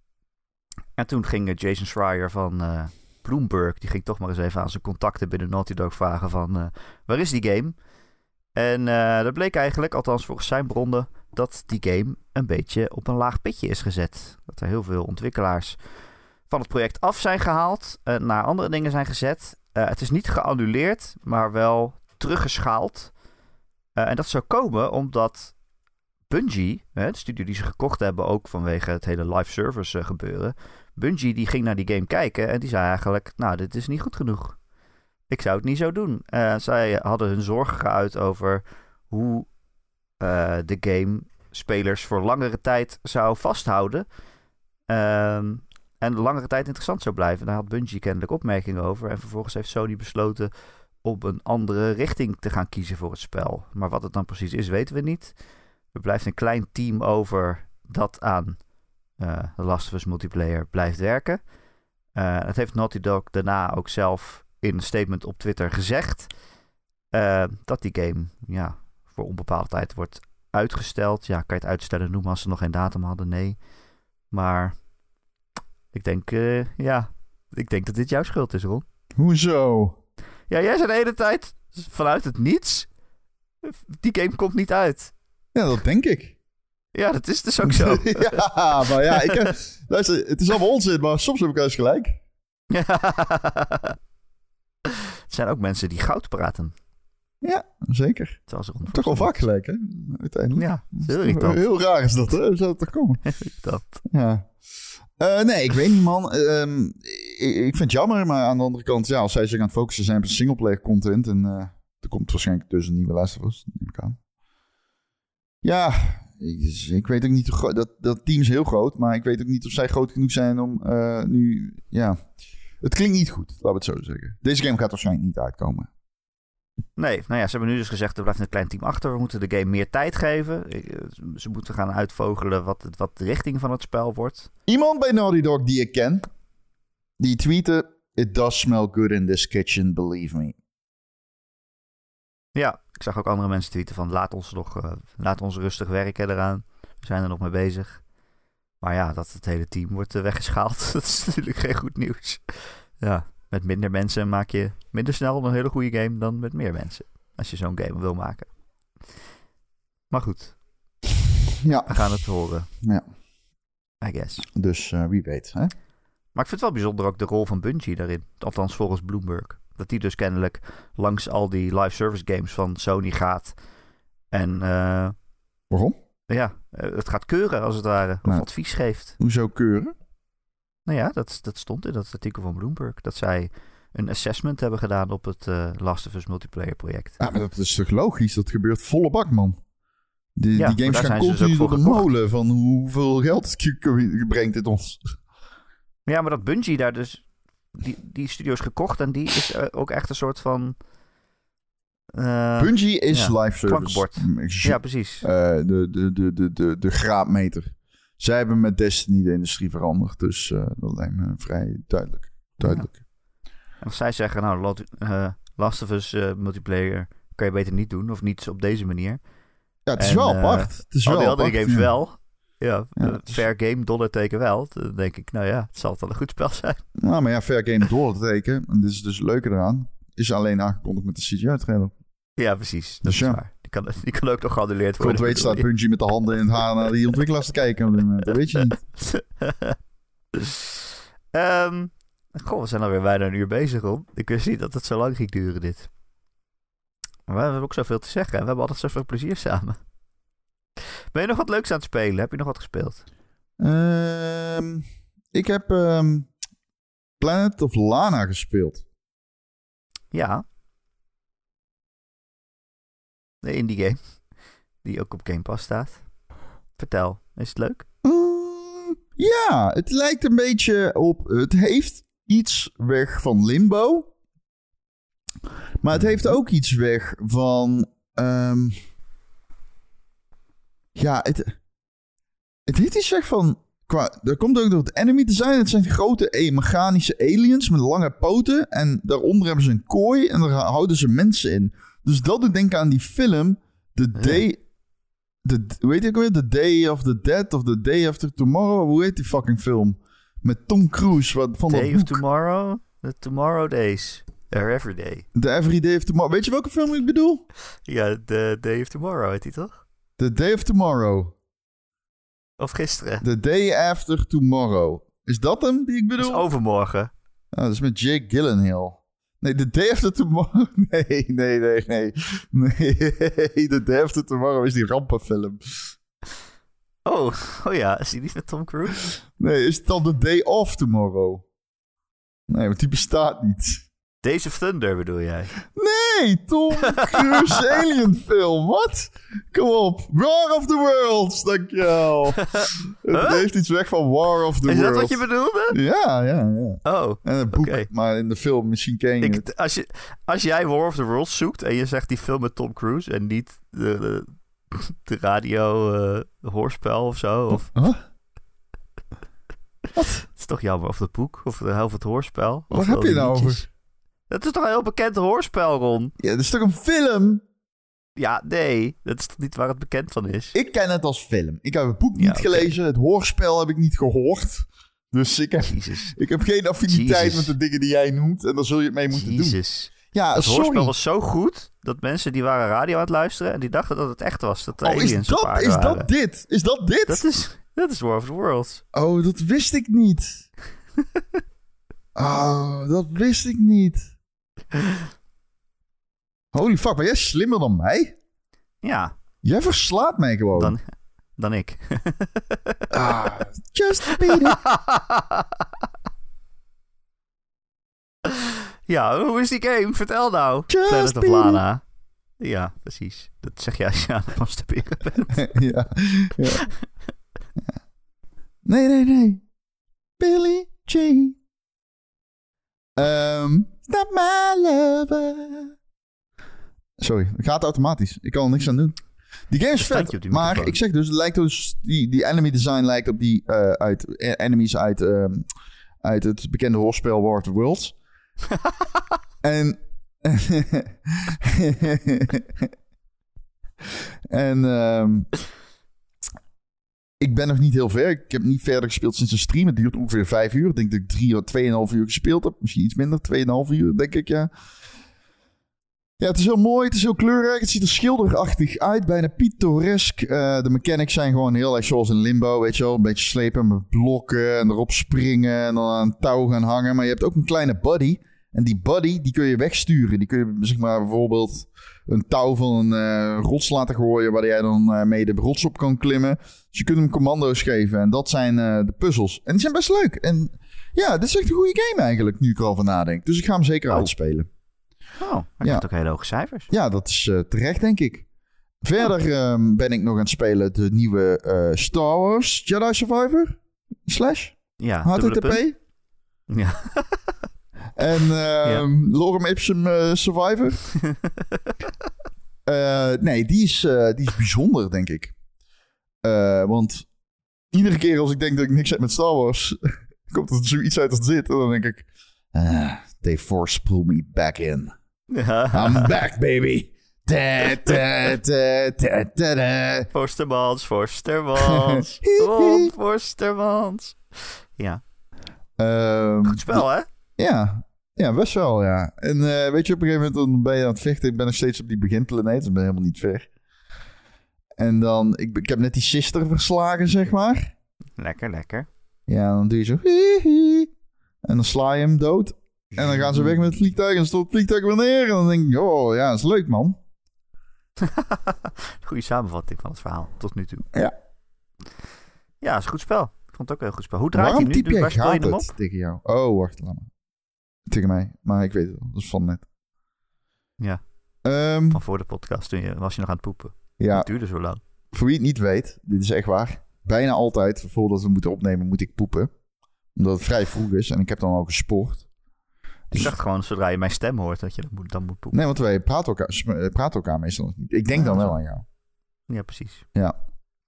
En toen ging uh, Jason Schreier van uh, Bloomberg... die ging toch maar eens even aan zijn contacten binnen Naughty Dog vragen van... Uh, waar is die game? En uh, dat bleek eigenlijk, althans volgens zijn bronnen... dat die game een beetje op een laag pitje is gezet. Dat er heel veel ontwikkelaars van het project af zijn gehaald... Uh, naar andere dingen zijn gezet. Uh, het is niet geannuleerd, maar wel teruggeschaald... Uh, en dat zou komen omdat Bungie, hè, de studio die ze gekocht hebben... ook vanwege het hele live service uh, gebeuren... Bungie die ging naar die game kijken en die zei eigenlijk... nou, dit is niet goed genoeg. Ik zou het niet zo doen. Uh, zij hadden hun zorgen geuit over hoe uh, de game spelers voor langere tijd zou vasthouden... Um, en langere tijd interessant zou blijven. Daar had Bungie kennelijk opmerkingen over... en vervolgens heeft Sony besloten... om een andere richting te gaan kiezen voor het spel. Maar wat het dan precies is, weten we niet. Er blijft een klein team over dat aan uh, The Last of Us Multiplayer blijft werken. Uh, dat heeft Naughty Dog daarna ook zelf in een statement op Twitter gezegd. Uh, dat die game ja, voor onbepaalde tijd wordt uitgesteld. Ja, kan je het uitstellen noemen als ze nog geen datum hadden? Nee. Maar ik denk, uh, ja, ik denk dat dit jouw schuld is, Ron. Hoezo? Ja, jij zei de hele tijd vanuit het niets. Die game komt niet uit. Ja, dat denk ik. Ja, dat is dus ook zo. Ja, maar ja, ik heb, luister, het is allemaal onzin, maar soms heb ik juist gelijk. Het zijn ook mensen die goud praten. Ja, zeker. Zoals er toch wel vaak gelijk, hè? Uiteindelijk. Ja, heel irritant. Heel raar is dat, hè? Hoe zou het toch komen? dat. Ja. Uh, nee, ik weet niet, man. Um, ik, ik vind het jammer, maar aan de andere kant... ja, als zij zich aan het focussen zijn op singleplayer content... en uh, er komt waarschijnlijk dus een nieuwe Last of Us, neem ik aan. Ja, ik, ik weet ook niet... hoe groot... Dat, dat team is heel groot, maar ik weet ook niet of zij groot genoeg zijn om uh, nu... Ja, het klinkt niet goed, laten we het zo zeggen. Deze game gaat waarschijnlijk niet uitkomen. Nee, nou ja, ze hebben nu dus gezegd... er blijft een klein team achter. We moeten de game meer tijd geven. Ze moeten gaan uitvogelen wat, wat de richting van het spel wordt. Iemand bij Naughty Dog die ik ken... die tweette... It does smell good in this kitchen, believe me. Ja, ik zag ook andere mensen tweeten van... laat ons nog uh, laat ons rustig werken eraan. We zijn er nog mee bezig. Maar ja, dat het hele team wordt uh, weggeschaald... dat is natuurlijk geen goed nieuws. Ja, met minder mensen maak je minder snel een hele goede game... dan met meer mensen. Als je zo'n game wil maken. Maar goed. Ja. We gaan het horen. Ja. I guess. Dus uh, wie weet, hè? Maar ik vind het wel bijzonder ook de rol van Bungie daarin. Althans volgens Bloomberg. Dat die dus kennelijk langs al die live service games van Sony gaat. En uh, waarom? Ja, uh, het gaat keuren als het ware. Of nou, advies geeft. Hoezo keuren? Nou ja, dat, dat stond in dat artikel van Bloomberg. Dat zij een assessment hebben gedaan op het uh, Last of Us multiplayer project. Ja, maar dat is toch logisch? Dat gebeurt volle bak, man. Die, ja, die games gaan continu dus door de gekocht. molen van hoeveel geld het brengt dit ons. Ja, maar dat Bungie daar dus... Die, die studio is gekocht en die is uh, ook echt een soort van... Uh, Bungie is ja, live service. Ja, precies. Uh, de, de, de, de, de, de graadmeter. Zij hebben met Destiny de industrie veranderd. Dus uh, dat lijkt me vrij duidelijk. duidelijk. Ja. En als zij zeggen, nou, uh, Last of Us uh, multiplayer kan je beter niet doen. Of niet op deze manier. Ja, het is en, wel uh, apart. Het is al wel die andere apart, games ja. wel. Ja, ja uh, fair game, dollarteken wel. Dan denk ik, nou ja, het zal wel een goed spel zijn. Nou, maar ja, fair game, dollarteken. En dit is dus het leuke eraan. Is alleen aangekondigd met de C G I-trailer. Ja, precies. Dat dus is ja. waar. Die kan, die kan ook nog geannuleerd worden. God weet staat Bungie met de handen in het haar naar die ontwikkelaars te kijken. Op dit moment. Dat weet je niet. um, goh, we zijn alweer bijna een uur bezig, om. Ik wist niet dat het zo lang ging duren, dit. Maar we hebben ook zoveel te zeggen. We hebben altijd zoveel plezier samen. Ben je nog wat leuks aan het spelen? Heb je nog wat gespeeld? Um, ik heb um, Planet of Lana gespeeld. Ja. De indie game. Die ook op Game Pass staat. Vertel, is het leuk? Uh, Ja, het lijkt een beetje op... Het heeft iets weg van Limbo. Maar het heeft ook iets weg van... Um, ja, het... Het heeft iets weg van... Qua, dat komt ook door het enemy design. Het zijn grote mechanische aliens met lange poten. En daaronder hebben ze een kooi. En daar houden ze mensen in. Dus dat doet denken aan die film... The Day... The, hoe heet ik weer? The Day of the Dead of The Day After Tomorrow. Hoe heet die fucking film? Met Tom Cruise. Wat, van Day dat of Tomorrow? The Tomorrow Days. Or Every Day. The Every Day of Tomorrow. Weet je welke film ik bedoel? Ja, The Day of Tomorrow heet die toch? The Day of Tomorrow. Of gisteren. The Day After Tomorrow. Is dat hem die ik bedoel? Dat is overmorgen. Oh, dat is met Jake Gyllenhaal. Nee, The Day After Tomorrow... Nee, nee, nee, nee. Nee, The Day After Tomorrow is die rampenfilm. Oh, oh ja. Is die niet met Tom Cruise? Nee, is het dan The Day of Tomorrow? Nee, want die bestaat niet. Days of Thunder bedoel jij? Nee, Tom Cruise alien film. Wat? Kom op. War of the Worlds, dankjewel. Het Huh? heeft iets weg van War of the Is Worlds. dat wat je bedoelde? Ja, ja, ja. Oh, En het boek, oké. maar in de film misschien ken je het. Ik, als, je, als jij War of the Worlds zoekt en je zegt die film met Tom Cruise en niet de, de, de radio uh, hoorspel of zo. Of, Huh? het is toch jammer. Of het boek, of de helft het hoorspel. Waar of heb al je die nou liedjes. over? Dat is toch een heel bekend hoorspel, Ron? Ja, dat is toch een film? Ja, nee. Dat is toch niet waar het bekend van is? Ik ken het als film. Ik heb het boek niet Ja, oké. gelezen. Het hoorspel heb ik niet gehoord. Dus ik heb, Jezus. ik heb geen affiniteit Jezus. met de dingen die jij noemt. En daar zul je het mee moeten doen. Jezus. Ja, Dat sorry. hoorspel was zo goed dat mensen die waren radio aan het luisteren en die dachten dat het echt was. Dat de Oh, aliens is op dat, aarde is waren. dat dit? Is dat dit? Dat is, dat is War of the Worlds. Oh, dat wist ik niet. Oh, dat wist ik niet. Holy fuck, ben jij slimmer dan mij? Ja, Jij verslaat mij gewoon. dan, dan ik. Ah, just beat it. Ja, hoe is die game? Vertel nou. Just Planet of beat it. Lana. Ja, precies. Dat zeg jij als je aan het masturberen bent. ja, ja. ja. Nee, nee, nee. Billie Jean. Um, Not my lover. Sorry, het gaat automatisch. Ik kan er niks aan doen. Die game is Stand je vet, op die maar microfoon? ik zeg dus, het lijkt dus die, die enemy design lijkt op die uh, uit, eh, enemies uit, um, uit het bekende hoorspel War of the Worlds. en en um, ik ben nog niet heel ver. Ik heb niet verder gespeeld sinds een stream. Het duurt ongeveer vijf uur. Ik denk dat ik drie of tweeënhalf uur gespeeld heb. Misschien iets minder, tweeënhalf uur, denk ik, ja. Ja, het is heel mooi. Het is heel kleurrijk. Het ziet er schilderachtig uit. Bijna pittoresk. Uh, de mechanics zijn gewoon heel erg zoals in Limbo, weet je wel. Een beetje slepen met blokken en erop springen en dan aan een touw gaan hangen. Maar je hebt ook een kleine buddy. En die buddy, die kun je wegsturen. Die kun je, zeg maar, bijvoorbeeld een touw van een uh, rots laten gooien, waar jij dan uh, mee de rots op kan klimmen. Dus je kunt hem commando's geven. En dat zijn uh, de puzzels. En die zijn best leuk. En ja, dit is echt een goede game eigenlijk, nu ik erover nadenk. Dus ik ga hem zeker Oh. uitspelen. Oh, maar je Ja. hebt ook hele hoge cijfers. Ja, dat is uh, terecht, denk ik. Verder um, ben ik nog aan het spelen de nieuwe uh, Star Wars Jedi Survivor. Slash. Ja, H T dubbele T P. punt. Ja. En um, Ja. Lorem Ipsum uh, Survivor. uh, nee, die is, uh, die is bijzonder, denk ik. Uh, want iedere keer als ik denk dat ik niks heb met Star Wars, komt er zoiets uit als dit. En dan denk ik, ah, they force pull me back in. Ja. I'm back, baby. Da, da, da, da, da, da. Forstermans, Forstermans. Ron Forstermans. Ja, Um, goed spel, hè? Ja, ja, best wel, ja. En uh, weet je, op een gegeven moment dan ben je aan het vechten. Ik ben nog steeds op die beginplaneet, dus ik ben helemaal niet ver. En dan, ik, ik heb net die sister verslagen, zeg maar. Lekker, lekker. Ja, dan doe je zo. Hie, hie. En dan sla je hem dood. En dan gaan ze weg met het vliegtuig en dan stopt het vliegtuig weer neer. En dan denk ik, oh ja, dat is leuk, man. Goede samenvatting van het verhaal tot nu toe. Ja. Ja, het is een goed spel. Ik vond het ook een heel goed spel. Hoe draait Waarom hij nu? typ jij Waar speel je gaat hem op? het tegen jou? Oh, wacht, laat maar. Tegen mij, maar ik weet het wel. Dat is van net. Ja, Um, van voor de podcast. Toen je, was je nog aan het poepen. ja, Het duurde zo lang. voor wie het niet weet, dit is echt waar. bijna altijd, voordat we moeten opnemen, moet ik poepen. Omdat het vrij vroeg is en ik heb dan al gesport. Dus... Ik dacht gewoon, zodra je mijn stem hoort, dat je dan moet, dan moet poepen. Nee, want wij praten elkaar, praten elkaar meestal nog niet. Ik denk ja, dan wel aan jou. Ja, precies. Ja.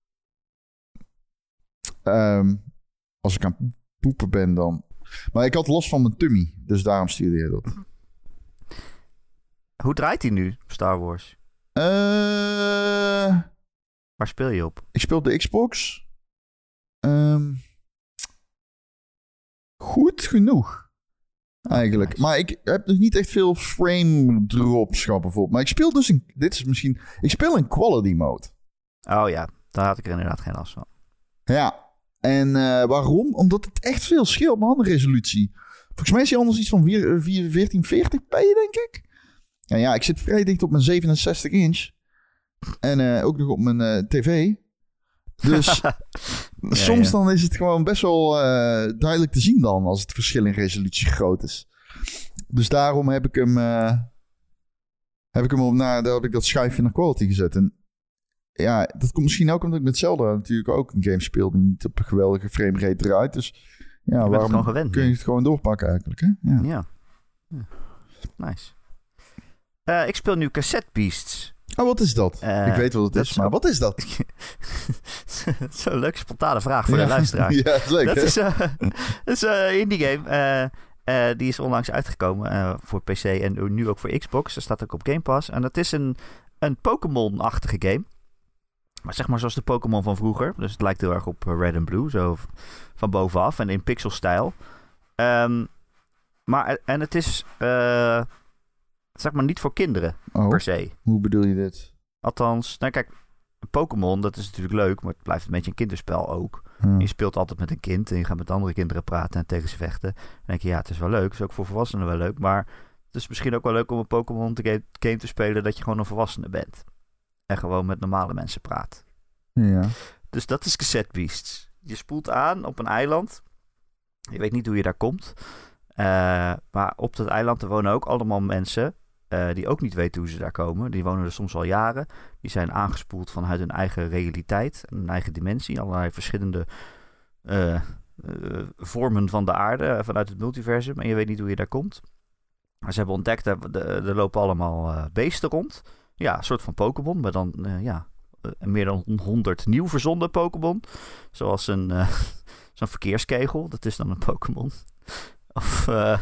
Um, als ik aan poepen ben, dan... Maar ik had last van mijn tummy, dus daarom stuurde je dat. Hoe draait hij nu, Star Wars? Uh, Waar speel je op? Ik speel op de Xbox. Um, goed genoeg, eigenlijk. Nice. Maar ik heb dus niet echt veel frame drops gehad bijvoorbeeld. Maar ik speel dus in... Dit is misschien... Ik speel in quality mode. Oh ja, daar had ik er inderdaad geen last van. Ja. En uh, waarom? Omdat het echt veel scheelt met handresolutie. Volgens mij is hij anders iets van veertien veertig p, denk ik. En ja, ik zit vrij dicht op mijn zevenenzestig inch. En uh, ook nog op mijn uh, tv. Dus ja, soms ja. dan is het gewoon best wel uh, duidelijk te zien dan... als het verschil in resolutie groot is. Dus daarom heb ik hem... Uh, heb ik hem op naar... Daar heb ik dat schuifje naar quality gezet. En ja, dat komt misschien ook omdat ik met Zelda natuurlijk ook een game speel... die niet op een geweldige framerate draait. Dus ja, je waarom gewend, kun je het gewoon doorpakken eigenlijk, hè? Ja. ja. ja. Nice. Uh, ik speel nu Cassette Beasts. Oh, wat is dat? Uh, ik weet wat het is, is, maar wat is dat? Zo'n leuke spontane vraag voor ja. de luisteraar. Ja, dat is leuk, Dat hè? is, uh, dat is een uh, indie game. Uh, uh, die is onlangs uitgekomen uh, voor P C en nu ook voor Xbox. Dat staat ook op Game Pass. En dat is een, een Pokémon-achtige game. Maar zeg maar zoals de Pokémon van vroeger. Dus het lijkt heel erg op Red and Blue. Zo van bovenaf en in pixelstijl. Um, maar en het is... Uh, zeg maar niet voor kinderen, oh, per se. Hoe bedoel je dit? Althans, nou kijk, Pokémon, dat is natuurlijk leuk, maar het blijft een beetje een kinderspel ook. Hmm. Je speelt altijd met een kind en je gaat met andere kinderen praten en tegen ze vechten. Dan denk je, ja, het is wel leuk. Het is ook voor volwassenen wel leuk, maar het is misschien ook wel leuk om een Pokémon te game te spelen dat je gewoon een volwassene bent. En gewoon met normale mensen praat. Ja. Dus dat is Cassette Beasts. Je spoelt aan op een eiland. Je weet niet hoe je daar komt. Uh, maar op dat eiland er wonen ook allemaal mensen... Uh, die ook niet weten hoe ze daar komen. Die wonen er soms al jaren. Die zijn aangespoeld vanuit hun eigen realiteit. Hun eigen dimensie. Allerlei verschillende uh, uh, vormen van de aarde. Uh, vanuit het multiversum. En je weet niet hoe je daar komt. Maar ze hebben ontdekt, er, er lopen allemaal uh, beesten rond. Ja, een soort van Pokémon. Maar dan, uh, ja, uh, meer dan honderd nieuw verzonden Pokémon. Zoals een, uh, zo'n verkeerskegel. Dat is dan een Pokémon. Of... Uh,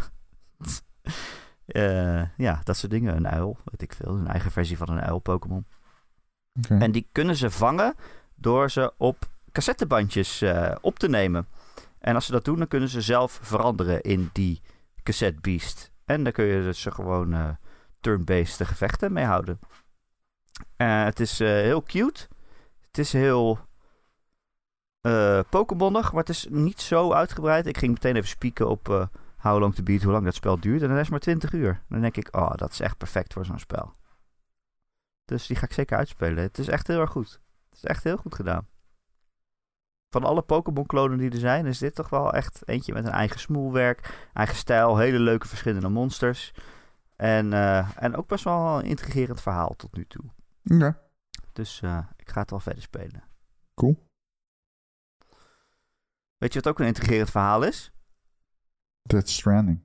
Uh, ja, dat soort dingen. Een uil, weet ik veel. Een eigen versie van een uil-Pokémon. Okay. En die kunnen ze vangen door ze op cassettebandjes uh, op te nemen. En als ze dat doen, dan kunnen ze zelf veranderen in die cassette beast. En dan kun je dus gewoon uh, turn-based gevechten mee houden. Uh, het is uh, heel cute. Het is heel uh, Pokémonig, maar het is niet zo uitgebreid. Ik ging meteen even spieken op... Uh, How Long to Beat, hoe lang dat spel duurt. En dan is het maar twintig uur. Dan denk ik, oh, dat is echt perfect voor zo'n spel. Dus die ga ik zeker uitspelen. Het is echt heel erg goed. Het is echt heel goed gedaan. Van alle Pokémon-klonen die er zijn, is dit toch wel echt eentje met een eigen smoelwerk, eigen stijl, hele leuke verschillende monsters. En, uh, en ook best wel een intrigerend verhaal tot nu toe. Ja. Dus uh, ik ga het wel verder spelen. Cool. Weet je wat ook een intrigerend verhaal is? Death Stranding.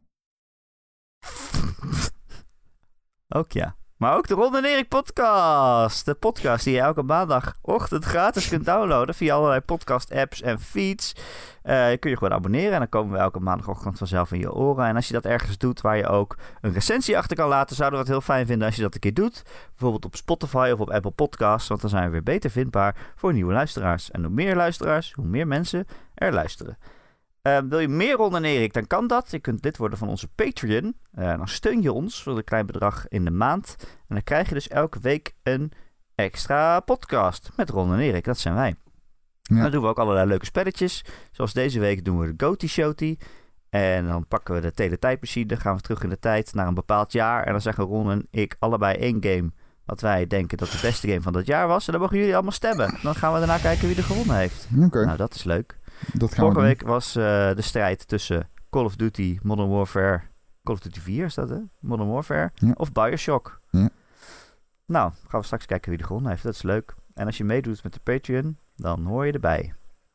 Ook ja. Maar ook de Ron en Erik podcast. De podcast die je elke maandagochtend gratis kunt downloaden via allerlei podcast apps en feeds. Uh, je kun je gewoon abonneren en dan komen we elke maandagochtend vanzelf in je oren. En als je dat ergens doet waar je ook een recensie achter kan laten, zouden we het heel fijn vinden als je dat een keer doet. Bijvoorbeeld op Spotify of op Apple Podcasts, want dan zijn we weer beter vindbaar voor nieuwe luisteraars. En hoe meer luisteraars, hoe meer mensen er luisteren. Uh, wil je meer Ron en Erik, dan kan dat. Je kunt lid worden van onze Patreon. Uh, dan steun je ons voor een klein bedrag in de maand. En dan krijg je dus elke week een extra podcast met Ron en Erik. Dat zijn wij. Ja. Dan doen we ook allerlei leuke spelletjes. Zoals deze week doen we de Goaty Showty. En dan pakken we de teletijdmachine. Dan gaan we terug in de tijd naar een bepaald jaar. En dan zeggen Ron en ik allebei één game wat wij denken dat de beste game van dat jaar was. En dan mogen jullie allemaal stemmen. Dan gaan we daarna kijken wie er gewonnen heeft. Okay. Nou, dat is leuk. Dat gaan Vorige we week was uh, de strijd tussen Call of Duty, Modern Warfare... Call of Duty vier is dat, hè? Modern Warfare. Ja. Of Bioshock. Ja. Nou, gaan we straks kijken wie er gewonnen heeft. Dat is leuk. En als je meedoet met de Patreon, dan hoor je erbij.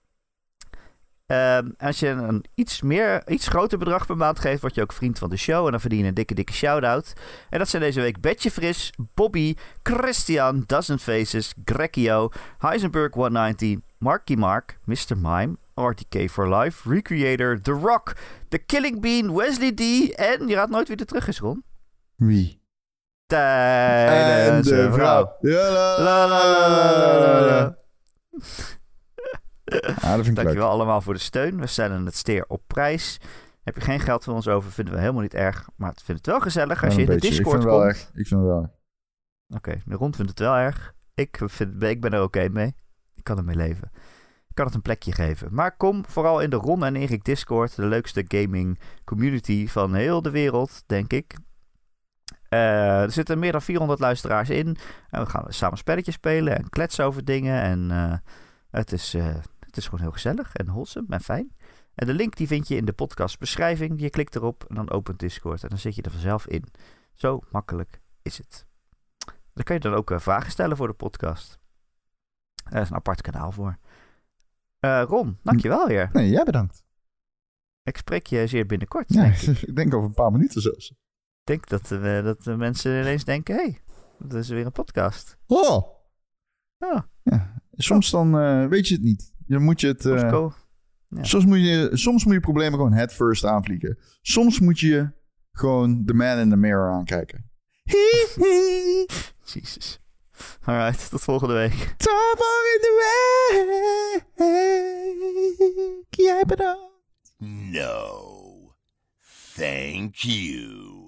Um, als je een iets, meer, iets groter bedrag per maand geeft, word je ook vriend van de show. En dan verdien je een dikke, dikke shout-out. En dat zijn deze week Betje Fris, Bobby, Christian, Dozen Faces, Grekio, Heisenberg honderdnegentig, Marky Mark, mister Mime, R T K for Life, Recreator, The Rock, The Killing Bean, Wesley D. En je raadt nooit wie er terug is, Ron. Wie? Tijdens de vrouw. Ja, la, la, la, la, la. Ja, dat vind ik Dankjewel leuk. allemaal voor de steun. We stellen het steer op prijs. Heb je geen geld van ons over, vinden we helemaal niet erg. Maar het vindt het wel gezellig als Ja, je in de beetje. Discord ik vind het wel komt. erg. Ik vind het wel erg. Oké, okay, de Ron vindt het wel erg. Ik, vind, ik ben er oké okay mee. Ik kan ermee leven. Ik kan het een plekje geven. Maar kom vooral in de Ron en Erik Discord. De leukste gaming community van heel de wereld, denk ik. Uh, er zitten meer dan vierhonderd luisteraars in. En we gaan samen spelletjes spelen en kletsen over dingen. En uh, het, is, uh, het is gewoon heel gezellig en wholesome en fijn. En de link die vind je in de podcastbeschrijving. Je klikt erop en dan opent Discord. En dan zit je er vanzelf in. Zo makkelijk is het. Dan kun je dan ook uh, vragen stellen voor de podcast. Er is een apart kanaal voor. Uh, Ron, dankjewel weer. Nee, jij bedankt. Ik spreek je zeer binnenkort. Ja, denk ik. ik denk over een paar minuten zelfs. Ik denk dat, uh, dat de mensen ineens denken... hé, hey, dat is weer een podcast. Oh! Oh. Ja, soms dan uh, weet je het niet. Dan moet je het... Uh, go. Ja. soms, moet je, soms moet je problemen gewoon head first aanvliegen. Soms moet je gewoon the man in the mirror aankijken. Jezus. Alright, tot volgende week. Top in the week. Jij bedankt. No. Thank you.